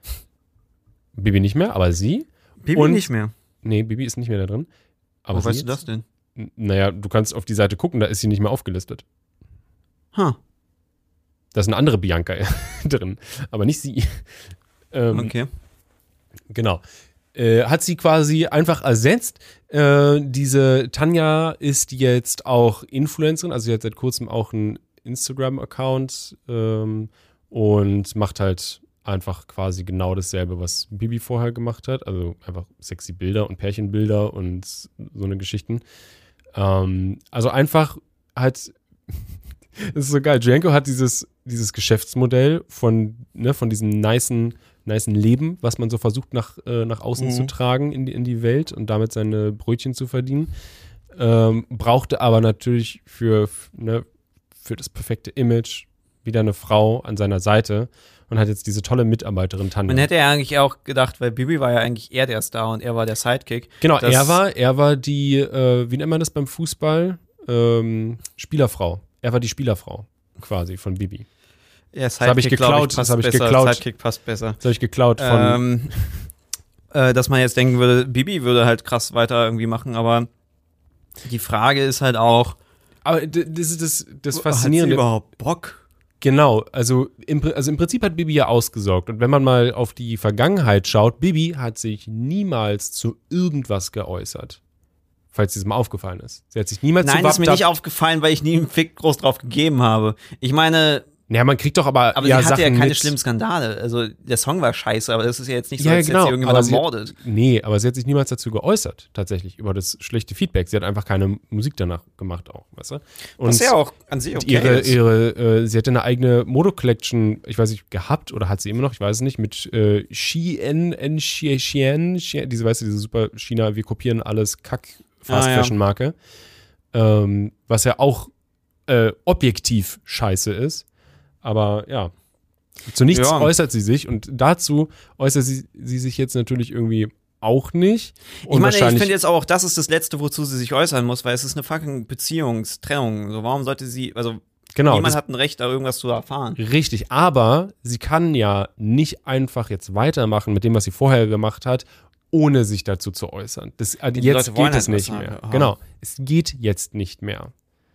Speaker 2: Bibi nicht mehr, aber sie.
Speaker 1: Bibi
Speaker 2: Und-
Speaker 1: nicht mehr.
Speaker 2: Nee, Bibi ist nicht mehr da drin. Aber
Speaker 1: Wo
Speaker 2: sie
Speaker 1: weißt du
Speaker 2: jetzt?
Speaker 1: das denn?
Speaker 2: N- Naja, du kannst auf die Seite gucken, da ist sie nicht mehr aufgelistet.
Speaker 1: Ha,
Speaker 2: Da ist eine andere Bianca drin, aber nicht sie. Ähm,
Speaker 1: okay.
Speaker 2: Genau. Äh, hat sie quasi einfach ersetzt. Äh, diese Tanja ist jetzt auch Influencerin, also sie hat seit kurzem auch einen Instagram-Account ähm, und macht halt einfach quasi genau dasselbe, was Bibi vorher gemacht hat. Also einfach sexy Bilder und Pärchenbilder und so eine Geschichten. Ähm, also einfach halt, das ist so geil. Janko hat dieses, dieses Geschäftsmodell von, ne, von diesem nicen, nicen Leben, was man so versucht nach, äh, nach außen
Speaker 1: Mhm.
Speaker 2: zu tragen in die, in die Welt und damit seine Brötchen zu verdienen. Ähm, brauchte aber natürlich für, f- ne, für das perfekte Image wieder eine Frau an seiner Seite und hat jetzt diese tolle Mitarbeiterin Tanja.
Speaker 1: Man hätte ja eigentlich auch gedacht, weil Bibi war ja eigentlich eher der Star und er war der Sidekick.
Speaker 2: Genau,
Speaker 1: das-
Speaker 2: er war, er war die, äh, wie nennt man das beim Fußball? Ähm, Spielerfrau. Er war die Spielerfrau quasi von Bibi.
Speaker 1: Ja,
Speaker 2: Das habe ich
Speaker 1: Sidekick, glaub
Speaker 2: geklaut,
Speaker 1: passt
Speaker 2: das habe ich
Speaker 1: besser.
Speaker 2: geklaut.
Speaker 1: Sidekick passt besser.
Speaker 2: Das habe ich geklaut von.
Speaker 1: Ähm, äh, dass man jetzt denken würde, Bibi würde halt krass weiter irgendwie machen, aber die Frage ist halt auch,
Speaker 2: aber d- das ist das, das
Speaker 1: hat sie
Speaker 2: Faszinierende.
Speaker 1: überhaupt Bock?
Speaker 2: Genau, also im, Pri- also im Prinzip hat Bibi ja ausgesorgt. Und wenn man mal auf die Vergangenheit schaut, Bibi hat sich niemals zu irgendwas geäußert. Falls dir das mal aufgefallen ist. Sie hat sich niemals
Speaker 1: Nein,
Speaker 2: zu
Speaker 1: das ist mir
Speaker 2: Wapda-
Speaker 1: nicht aufgefallen, weil ich nie einen Fick groß drauf gegeben habe. Ich meine,
Speaker 2: Ja, man kriegt doch aber,
Speaker 1: aber
Speaker 2: ja
Speaker 1: sie hatte
Speaker 2: Sachen
Speaker 1: ja keine
Speaker 2: mit.
Speaker 1: schlimmen Skandale. Also der Song war scheiße, aber das ist ja jetzt nicht so,
Speaker 2: Ja,
Speaker 1: als
Speaker 2: genau,
Speaker 1: hätte sie irgendjemand
Speaker 2: aber sie-
Speaker 1: ermordet.
Speaker 2: Nee, aber sie hat sich niemals dazu geäußert, tatsächlich, über das schlechte Feedback. Sie hat einfach keine Musik danach gemacht auch, weißt du? Und
Speaker 1: Was ja auch an sich okay
Speaker 2: ihre,
Speaker 1: ist.
Speaker 2: ihre, äh, sie hatte eine eigene Modo-Collection, ich weiß nicht, gehabt oder hat sie immer noch, ich weiß es nicht, mit äh, Shein, N, Shein, Shein, Shein, diese, weißt du, diese super China, wir kopieren alles Kack
Speaker 1: Ah, ja.
Speaker 2: Fast-Fashion-Marke, ähm, was ja auch äh, objektiv scheiße ist, aber ja, zu nichts
Speaker 1: Ja.
Speaker 2: äußert sie sich und dazu äußert sie, sie sich jetzt natürlich irgendwie auch nicht. Und
Speaker 1: Ich meine, ich
Speaker 2: wahrscheinlich-
Speaker 1: finde jetzt auch, das ist das Letzte, wozu sie sich äußern muss, weil es ist eine fucking Beziehungstrennung. So, warum sollte sie, also
Speaker 2: genau,
Speaker 1: niemand
Speaker 2: das-
Speaker 1: hat ein Recht, da irgendwas zu erfahren.
Speaker 2: Richtig, aber sie kann ja nicht einfach jetzt weitermachen mit dem, was sie vorher gemacht hat, ohne sich dazu zu äußern. Das, äh,
Speaker 1: Die
Speaker 2: jetzt
Speaker 1: Leute wollen
Speaker 2: geht es
Speaker 1: halt was
Speaker 2: nicht
Speaker 1: haben,
Speaker 2: mehr.
Speaker 1: ja.
Speaker 2: Genau, es geht jetzt nicht mehr.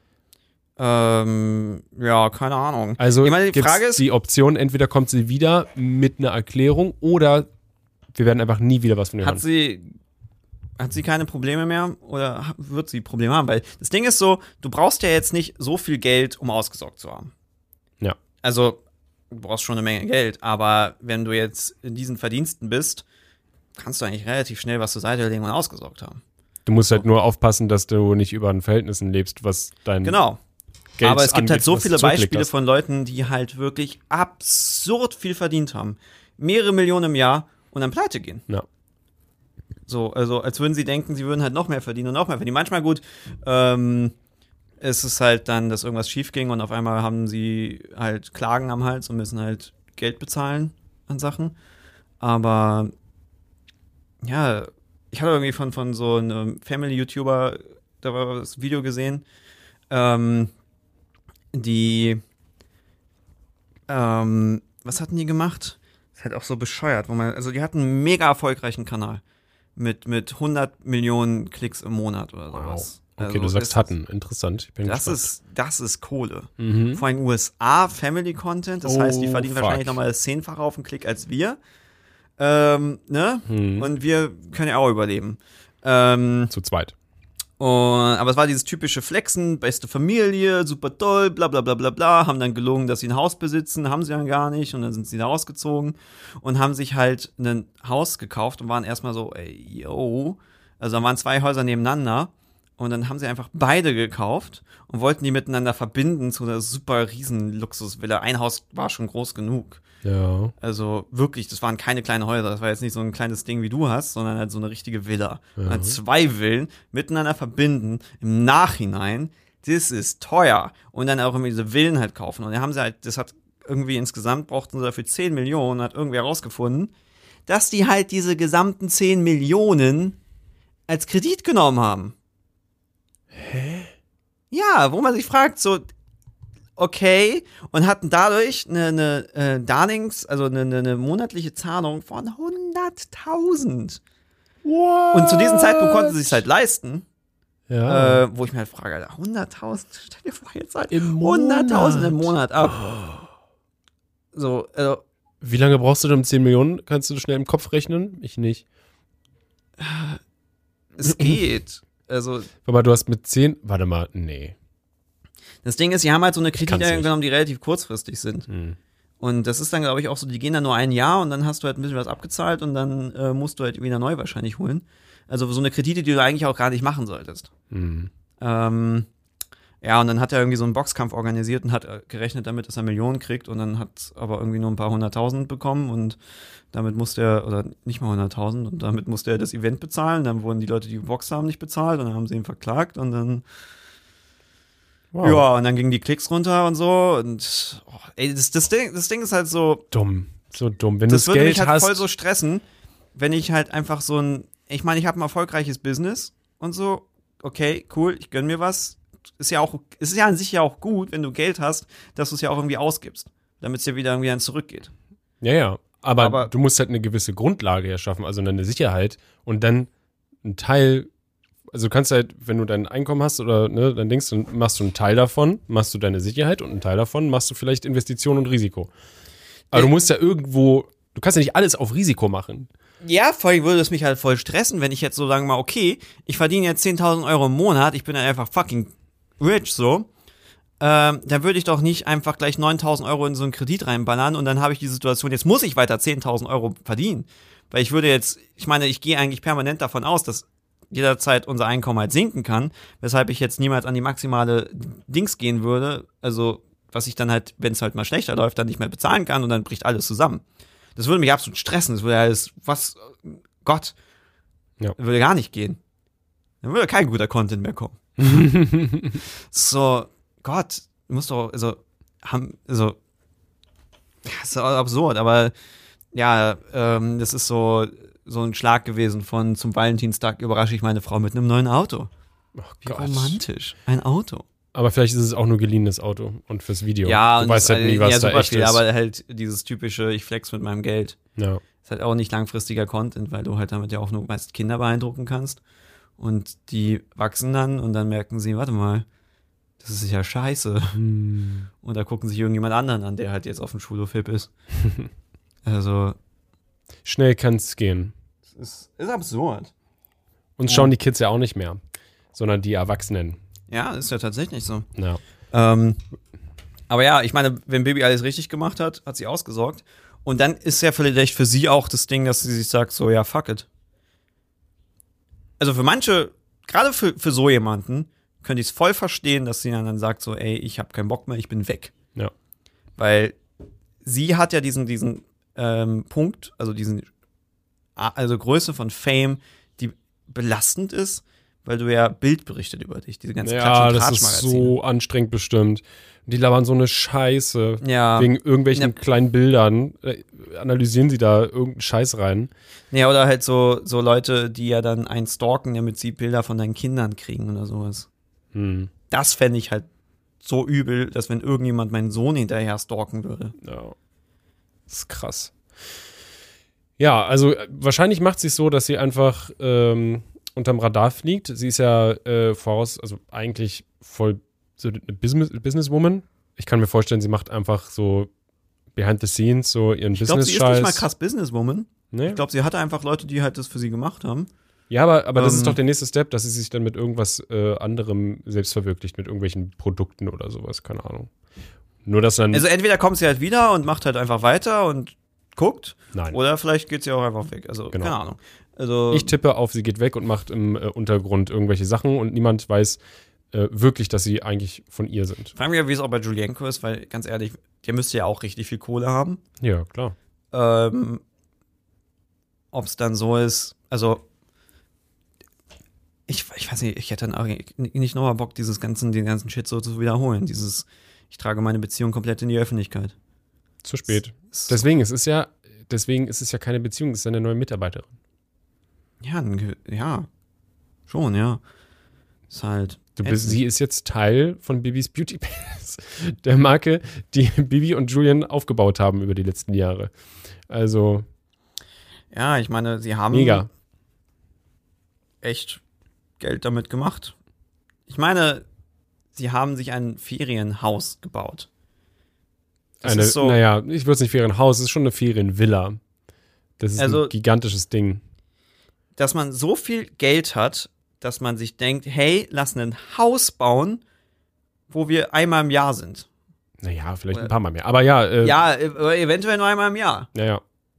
Speaker 1: Ähm, ja, keine Ahnung.
Speaker 2: Also
Speaker 1: Ich meine, die
Speaker 2: gibt's
Speaker 1: Frage ist-
Speaker 2: die Option, entweder kommt sie wieder mit einer Erklärung oder wir werden einfach nie wieder was von ihr
Speaker 1: Hat
Speaker 2: hören.
Speaker 1: sie, hat sie keine Probleme mehr oder ha- wird sie Probleme haben? Weil das Ding ist so, du brauchst ja jetzt nicht so viel Geld, um ausgesorgt zu haben.
Speaker 2: Ja.
Speaker 1: Also, du brauchst schon eine Menge Geld, aber wenn du jetzt in diesen Verdiensten bist, kannst du eigentlich relativ schnell was zur Seite legen und ausgesorgt haben.
Speaker 2: Du musst halt nur aufpassen, dass du nicht über den Verhältnissen lebst, was dein
Speaker 1: Genau.
Speaker 2: Geld
Speaker 1: Aber es gibt
Speaker 2: angeht,
Speaker 1: halt so
Speaker 2: was du
Speaker 1: viele
Speaker 2: zurückgelegt
Speaker 1: Beispiele
Speaker 2: hast.
Speaker 1: von Leuten, die halt wirklich absurd viel verdient haben. Mehrere Millionen im Jahr und dann pleite gehen.
Speaker 2: Ja.
Speaker 1: So, also als würden sie denken, sie würden halt noch mehr verdienen und noch mehr verdienen. Manchmal gut, ähm, es ist halt dann, dass irgendwas schief ging und auf einmal haben sie halt Klagen am Hals und müssen halt Geld bezahlen an Sachen. Aber ja, ich habe irgendwie von, von so einem Family-YouTuber da war das Video gesehen, ähm, die ähm, was hatten die gemacht? Das ist halt auch so bescheuert, wo man, also die hatten einen mega erfolgreichen Kanal mit, mit hundert Millionen Klicks im Monat oder sowas.
Speaker 2: Okay,
Speaker 1: Also
Speaker 2: du sagst
Speaker 1: das
Speaker 2: hatten. Interessant. Ich bin
Speaker 1: Das
Speaker 2: gespannt.
Speaker 1: ist, das ist Kohle.
Speaker 2: Mhm.
Speaker 1: Vor allem U S A Family Content, das
Speaker 2: Oh,
Speaker 1: heißt, die verdienen
Speaker 2: fuck.
Speaker 1: wahrscheinlich nochmal das Zehnfache auf den Klick als wir. Ähm, ne?
Speaker 2: Mhm.
Speaker 1: Und wir können ja auch überleben. Ähm,
Speaker 2: Zu zweit.
Speaker 1: und, aber es war dieses typische Flexen, beste Familie, super toll, bla bla bla bla bla, haben dann gelogen, dass sie ein Haus besitzen, haben sie dann gar nicht und dann sind sie da ausgezogen und haben sich halt ein Haus gekauft und waren erstmal so, ey, yo, also da waren zwei Häuser nebeneinander und dann haben sie einfach beide gekauft und wollten die miteinander verbinden zu einer super riesen Luxusvilla. Ein Haus war schon groß genug.
Speaker 2: Ja.
Speaker 1: Also wirklich, das waren keine kleinen Häuser. Das war jetzt nicht so ein kleines Ding, wie du hast, sondern halt so eine richtige Villa. Und dann zwei Villen miteinander verbinden im Nachhinein, das ist teuer. Und dann auch irgendwie diese Villen halt kaufen. Und dann haben sie halt, das hat irgendwie insgesamt, brauchten sie dafür zehn Millionen, hat irgendwer herausgefunden, dass die halt diese gesamten zehn Millionen als Kredit genommen haben. Hä? Ja, wo man sich fragt, so, okay, und hatten dadurch eine, eine äh, Darlings, also eine, eine, eine monatliche Zahlung von hunderttausend.
Speaker 2: What?
Speaker 1: Und zu diesem Zeitpunkt konnten sie es halt leisten.
Speaker 2: Ja.
Speaker 1: Äh, wo ich mir halt frage, Alter, hunderttausend, stell dir vor, jetzt halt
Speaker 2: Im Monat.
Speaker 1: hunderttausend im Monat ab. So, also,
Speaker 2: Wie lange brauchst du denn um zehn Millionen? Kannst du schnell im Kopf rechnen? Ich nicht.
Speaker 1: es geht. Also,
Speaker 2: Aber du hast mit zehn, warte mal, nee.
Speaker 1: das Ding ist, sie haben halt so eine
Speaker 2: kann's
Speaker 1: Kredite
Speaker 2: nicht.
Speaker 1: genommen, die relativ kurzfristig sind.
Speaker 2: Hm.
Speaker 1: Und das ist dann, glaube ich, auch so, die gehen dann nur ein Jahr und dann hast du halt ein bisschen was abgezahlt und dann äh, musst du halt wieder neu wahrscheinlich holen. Also so eine Kredite, die du eigentlich auch gar nicht machen solltest.
Speaker 2: Hm.
Speaker 1: Ähm, ja, und dann hat er irgendwie so einen Boxkampf organisiert und hat äh, gerechnet damit, dass er Millionen kriegt und dann hat aber irgendwie nur ein paar hunderttausend bekommen und damit musste er, oder nicht mal hunderttausend, und damit musste er das Event bezahlen. Dann wurden die Leute, die geboxt haben, nicht bezahlt und dann haben sie ihn verklagt und dann
Speaker 2: Wow.
Speaker 1: ja, und dann gingen die Klicks runter und so und oh, ey, das, das, Ding, das Ding ist halt so,
Speaker 2: Dumm. So dumm. Wenn du
Speaker 1: das
Speaker 2: das
Speaker 1: würde
Speaker 2: Geld
Speaker 1: mich halt
Speaker 2: hast.
Speaker 1: voll so stressen, wenn ich halt einfach so ein, ich meine, ich habe ein erfolgreiches Business und so, okay, cool, ich gönn mir was. Ist ja auch, ist ja an sich ja auch gut, wenn du Geld hast, dass du es ja auch irgendwie ausgibst, damit es dir wieder irgendwie dann zurückgeht.
Speaker 2: Ja, ja. Aber,
Speaker 1: Aber-
Speaker 2: du musst halt eine gewisse Grundlage erschaffen, also eine Sicherheit und dann ein Teil, also du kannst halt, wenn du dein Einkommen hast oder ne, dann denkst du, machst du einen Teil davon, machst du deine Sicherheit und einen Teil davon machst du vielleicht Investition und Risiko. Aber du musst ja irgendwo, du kannst ja nicht alles auf Risiko machen.
Speaker 1: Ja, vor allem würde es mich halt voll stressen, wenn ich jetzt so sagen mal, okay, ich verdiene jetzt zehntausend Euro im Monat, ich bin dann einfach fucking rich so, ähm, dann würde ich doch nicht einfach gleich neuntausend Euro in so einen Kredit reinballern und dann habe ich die Situation, jetzt muss ich weiter zehntausend Euro verdienen. Weil ich würde jetzt, ich meine, ich gehe eigentlich permanent davon aus, dass jederzeit unser Einkommen halt sinken kann, weshalb ich jetzt niemals an die maximale Dings gehen würde, also was ich dann halt, wenn es halt mal schlechter läuft, dann nicht mehr bezahlen kann und dann bricht alles zusammen. Das würde mich absolut stressen, das würde alles, was, Gott,
Speaker 2: Ja.
Speaker 1: würde gar nicht gehen. Dann würde kein guter Content mehr kommen. So, Gott, du musst doch, also, haben, also, ja, ist so absurd, aber ja, ähm, das ist so, so ein Schlag gewesen von zum Valentinstag überrasche ich meine Frau mit einem neuen Auto.
Speaker 2: Oh
Speaker 1: Wie romantisch. Ein Auto.
Speaker 2: Aber vielleicht ist es auch nur geliehenes Auto und fürs Video.
Speaker 1: Ja,
Speaker 2: du
Speaker 1: und
Speaker 2: weißt
Speaker 1: das,
Speaker 2: halt nie, was
Speaker 1: ja,
Speaker 2: da
Speaker 1: super
Speaker 2: echt
Speaker 1: viel,
Speaker 2: ist.
Speaker 1: aber halt dieses typische, ich flex mit meinem Geld.
Speaker 2: Ja.
Speaker 1: Ist halt auch nicht langfristiger Content, weil du halt damit ja auch nur meist Kinder beeindrucken kannst. Und die wachsen dann und dann merken sie, warte mal, das ist ja scheiße.
Speaker 2: Hm.
Speaker 1: Und da gucken sich irgendjemand anderen an, der halt jetzt auf dem Schulhof hip ist. Also,
Speaker 2: Schnell kann es gehen.
Speaker 1: es ist, ist absurd.
Speaker 2: Uns schauen die Kids ja auch nicht mehr, sondern die Erwachsenen.
Speaker 1: Ja, ist ja tatsächlich so.
Speaker 2: Ja.
Speaker 1: Ähm, aber ja, ich meine, wenn Bibi alles richtig gemacht hat, hat sie ausgesorgt. Und dann ist ja vielleicht für sie auch das Ding, dass sie sich sagt, so, ja, fuck it. Also für manche, gerade für, für so jemanden, könnte ich es voll verstehen, dass sie dann sagt, so, ey, ich habe keinen Bock mehr, ich bin weg.
Speaker 2: Ja.
Speaker 1: Weil sie hat ja diesen, diesen ähm, Punkt, also diesen, also Größe von Fame, die belastend ist, weil du ja Bild berichtet über dich, diese ganzen
Speaker 2: Ja,
Speaker 1: Klatsch- und
Speaker 2: das ist
Speaker 1: Tratsch-Magazine.
Speaker 2: so anstrengend bestimmt. Die labern so eine Scheiße.
Speaker 1: Ja.
Speaker 2: Wegen irgendwelchen
Speaker 1: Ja.
Speaker 2: kleinen Bildern äh, analysieren sie da irgendeinen Scheiß rein.
Speaker 1: Ja, oder halt so, so Leute, die ja dann einen stalken, damit sie Bilder von deinen Kindern kriegen oder sowas.
Speaker 2: Hm.
Speaker 1: Das fände ich halt so übel, dass wenn irgendjemand meinen Sohn hinterher stalken würde.
Speaker 2: Ja. Das ist krass. Ja, also äh, wahrscheinlich macht sie es so, dass sie einfach ähm, unterm Radar fliegt. Sie ist ja äh, voraus, also eigentlich voll so eine Business, Businesswoman. Ich kann mir vorstellen, sie macht einfach so behind the scenes so ihren
Speaker 1: Ich glaube, sie ist
Speaker 2: Business-Scheiß.
Speaker 1: nicht mal krass Businesswoman.
Speaker 2: Nee?
Speaker 1: Ich glaube, sie hatte einfach Leute, die halt das für sie gemacht haben.
Speaker 2: Ja, aber, aber das
Speaker 1: Ähm,
Speaker 2: ist doch der nächste Step, dass sie sich dann mit irgendwas äh, anderem selbst verwirklicht, mit irgendwelchen Produkten oder sowas, keine Ahnung. Nur, dass dann.
Speaker 1: Also entweder kommt sie halt wieder und macht halt einfach weiter und guckt,
Speaker 2: nein.
Speaker 1: oder vielleicht geht sie auch einfach weg. Also,
Speaker 2: Genau.
Speaker 1: keine Ahnung. Also,
Speaker 2: Ich tippe auf, sie geht weg und macht im äh, Untergrund irgendwelche Sachen und niemand weiß äh, wirklich, dass sie eigentlich von ihr sind.
Speaker 1: fragen wir, wie es auch bei Julienko ist, weil ganz ehrlich, der müsste ja auch richtig viel Kohle haben.
Speaker 2: Ja, klar.
Speaker 1: Ähm, ob es dann so ist, also ich, ich weiß nicht, ich hätte dann auch nicht nochmal Bock, dieses ganzen, den ganzen Shit so zu wiederholen. Dieses, ich trage meine Beziehung komplett in die Öffentlichkeit.
Speaker 2: Zu spät.
Speaker 1: Es-
Speaker 2: Deswegen, es ist ja, deswegen ist es ja keine Beziehung, es ist ja eine neue Mitarbeiterin.
Speaker 1: Ja, ein Ge- ja, schon, ja. Ist halt,
Speaker 2: Du bist, sie ist jetzt Teil von Bibis Beauty Palace, der Marke, die Bibi und Julian aufgebaut haben über die letzten Jahre. Also.
Speaker 1: Ja, ich meine, sie haben
Speaker 2: mega.
Speaker 1: echt Geld damit gemacht. Ich meine, sie haben sich ein Ferienhaus gebaut. Das
Speaker 2: eine,
Speaker 1: ist so,
Speaker 2: naja, ich würde es nicht Ferienhaus, es ist schon eine Ferienvilla. Das ist
Speaker 1: also,
Speaker 2: ein gigantisches Ding.
Speaker 1: Dass man so viel Geld hat, dass man sich denkt, hey, lass ein Haus bauen, wo wir einmal im Jahr sind.
Speaker 2: Naja, vielleicht ein paar Mal mehr. Aber ja. Äh,
Speaker 1: ja, eventuell nur einmal im Jahr.
Speaker 2: Naja.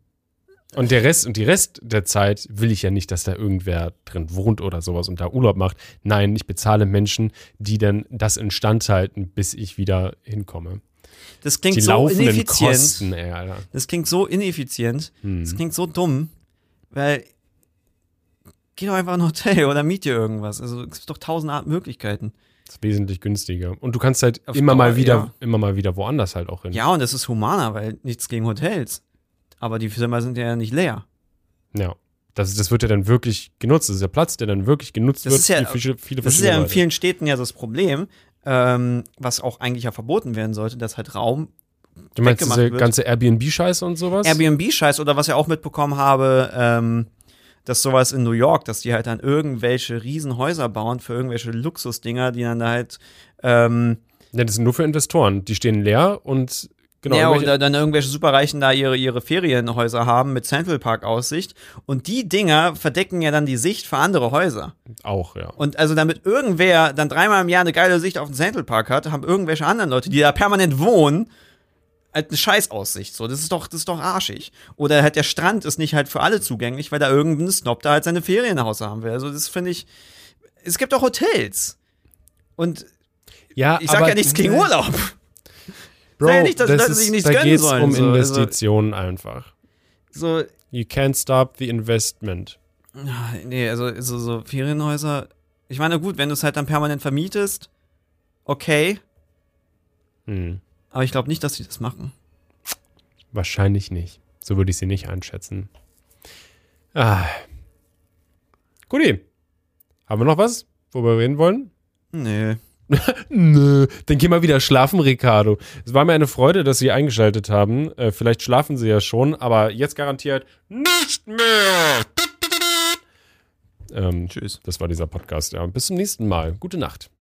Speaker 2: Und der Rest und die Rest der Zeit will ich ja nicht, dass da irgendwer drin wohnt oder sowas und da Urlaub macht. Nein, ich bezahle Menschen, die dann das instand halten, bis ich wieder hinkomme.
Speaker 1: Das klingt
Speaker 2: die
Speaker 1: so
Speaker 2: laufenden
Speaker 1: ineffizient.
Speaker 2: Kosten, ey, Alter.
Speaker 1: Das klingt so ineffizient.
Speaker 2: Hm.
Speaker 1: Das klingt so dumm, weil geh doch einfach in ein Hotel oder miet dir irgendwas. Also es gibt doch tausend Art Möglichkeiten.
Speaker 2: Das ist wesentlich günstiger. Und du kannst halt
Speaker 1: Auf
Speaker 2: immer
Speaker 1: Dauer,
Speaker 2: mal wieder,
Speaker 1: ja.
Speaker 2: immer mal wieder woanders halt auch hin.
Speaker 1: Ja, und es ist humaner, weil nichts gegen Hotels. Aber die Zimmer sind ja nicht leer.
Speaker 2: Ja. Das, das wird ja dann wirklich genutzt. Das ist der Platz, der dann wirklich genutzt
Speaker 1: Das
Speaker 2: wird
Speaker 1: ist ja-
Speaker 2: für viele, viele
Speaker 1: Das ist
Speaker 2: verschiedene
Speaker 1: ja in
Speaker 2: Leute.
Speaker 1: vielen Städten ja das Problem, ähm, was auch eigentlich ja verboten werden sollte, dass halt Raum
Speaker 2: Du meinst
Speaker 1: weggemacht
Speaker 2: diese
Speaker 1: wird.
Speaker 2: ganze Airbnb-Scheiße und sowas?
Speaker 1: Airbnb-Scheiß oder was ich auch mitbekommen habe, ähm, dass sowas in New York, dass die halt dann irgendwelche Riesenhäuser bauen für irgendwelche Luxusdinger, die dann da halt ähm,
Speaker 2: Ja, das sind nur für Investoren. Die stehen leer und genau.
Speaker 1: ja,
Speaker 2: irgendwelche-
Speaker 1: oder dann irgendwelche Superreichen da ihre, ihre Ferienhäuser haben mit Central Park Aussicht und die Dinger verdecken ja dann die Sicht für andere Häuser.
Speaker 2: auch, ja.
Speaker 1: Und also damit irgendwer dann dreimal im Jahr eine geile Sicht auf den Central Park hat, haben irgendwelche anderen Leute, die da permanent wohnen, halt eine Scheißaussicht. So, das ist doch, das ist doch arschig. Oder halt der Strand ist nicht halt für alle zugänglich, weil da irgendein Snob da halt seine Ferienhaus haben will. Also das finde ich, es gibt auch Hotels. Und
Speaker 2: Ja,
Speaker 1: ich sag
Speaker 2: aber-
Speaker 1: ja nichts gegen Urlaub.
Speaker 2: Bro,
Speaker 1: sag ja nicht, dass die
Speaker 2: das
Speaker 1: Leute
Speaker 2: ist,
Speaker 1: sich nichts
Speaker 2: da
Speaker 1: gönnen
Speaker 2: geht's
Speaker 1: sollen,
Speaker 2: um
Speaker 1: so, also-
Speaker 2: Investitionen einfach.
Speaker 1: So,
Speaker 2: You can't stop the investment.
Speaker 1: ja, nee, also so, so Ferienhäuser. Ich meine, gut, wenn du es halt dann permanent vermietest, okay.
Speaker 2: Hm.
Speaker 1: Aber ich glaube nicht, dass sie das machen.
Speaker 2: Wahrscheinlich nicht. So würde ich sie nicht einschätzen. Ah. Guti. Haben wir noch was, worüber wir reden wollen?
Speaker 1: Nee.
Speaker 2: Nö. Dann geh mal wieder schlafen, Ricardo. Es war mir eine Freude, dass Sie eingeschaltet haben. Äh, vielleicht schlafen Sie ja schon, aber jetzt garantiert nicht mehr. Ähm,
Speaker 1: Tschüss.
Speaker 2: Das war dieser Podcast, ja. Bis zum nächsten Mal. Gute Nacht.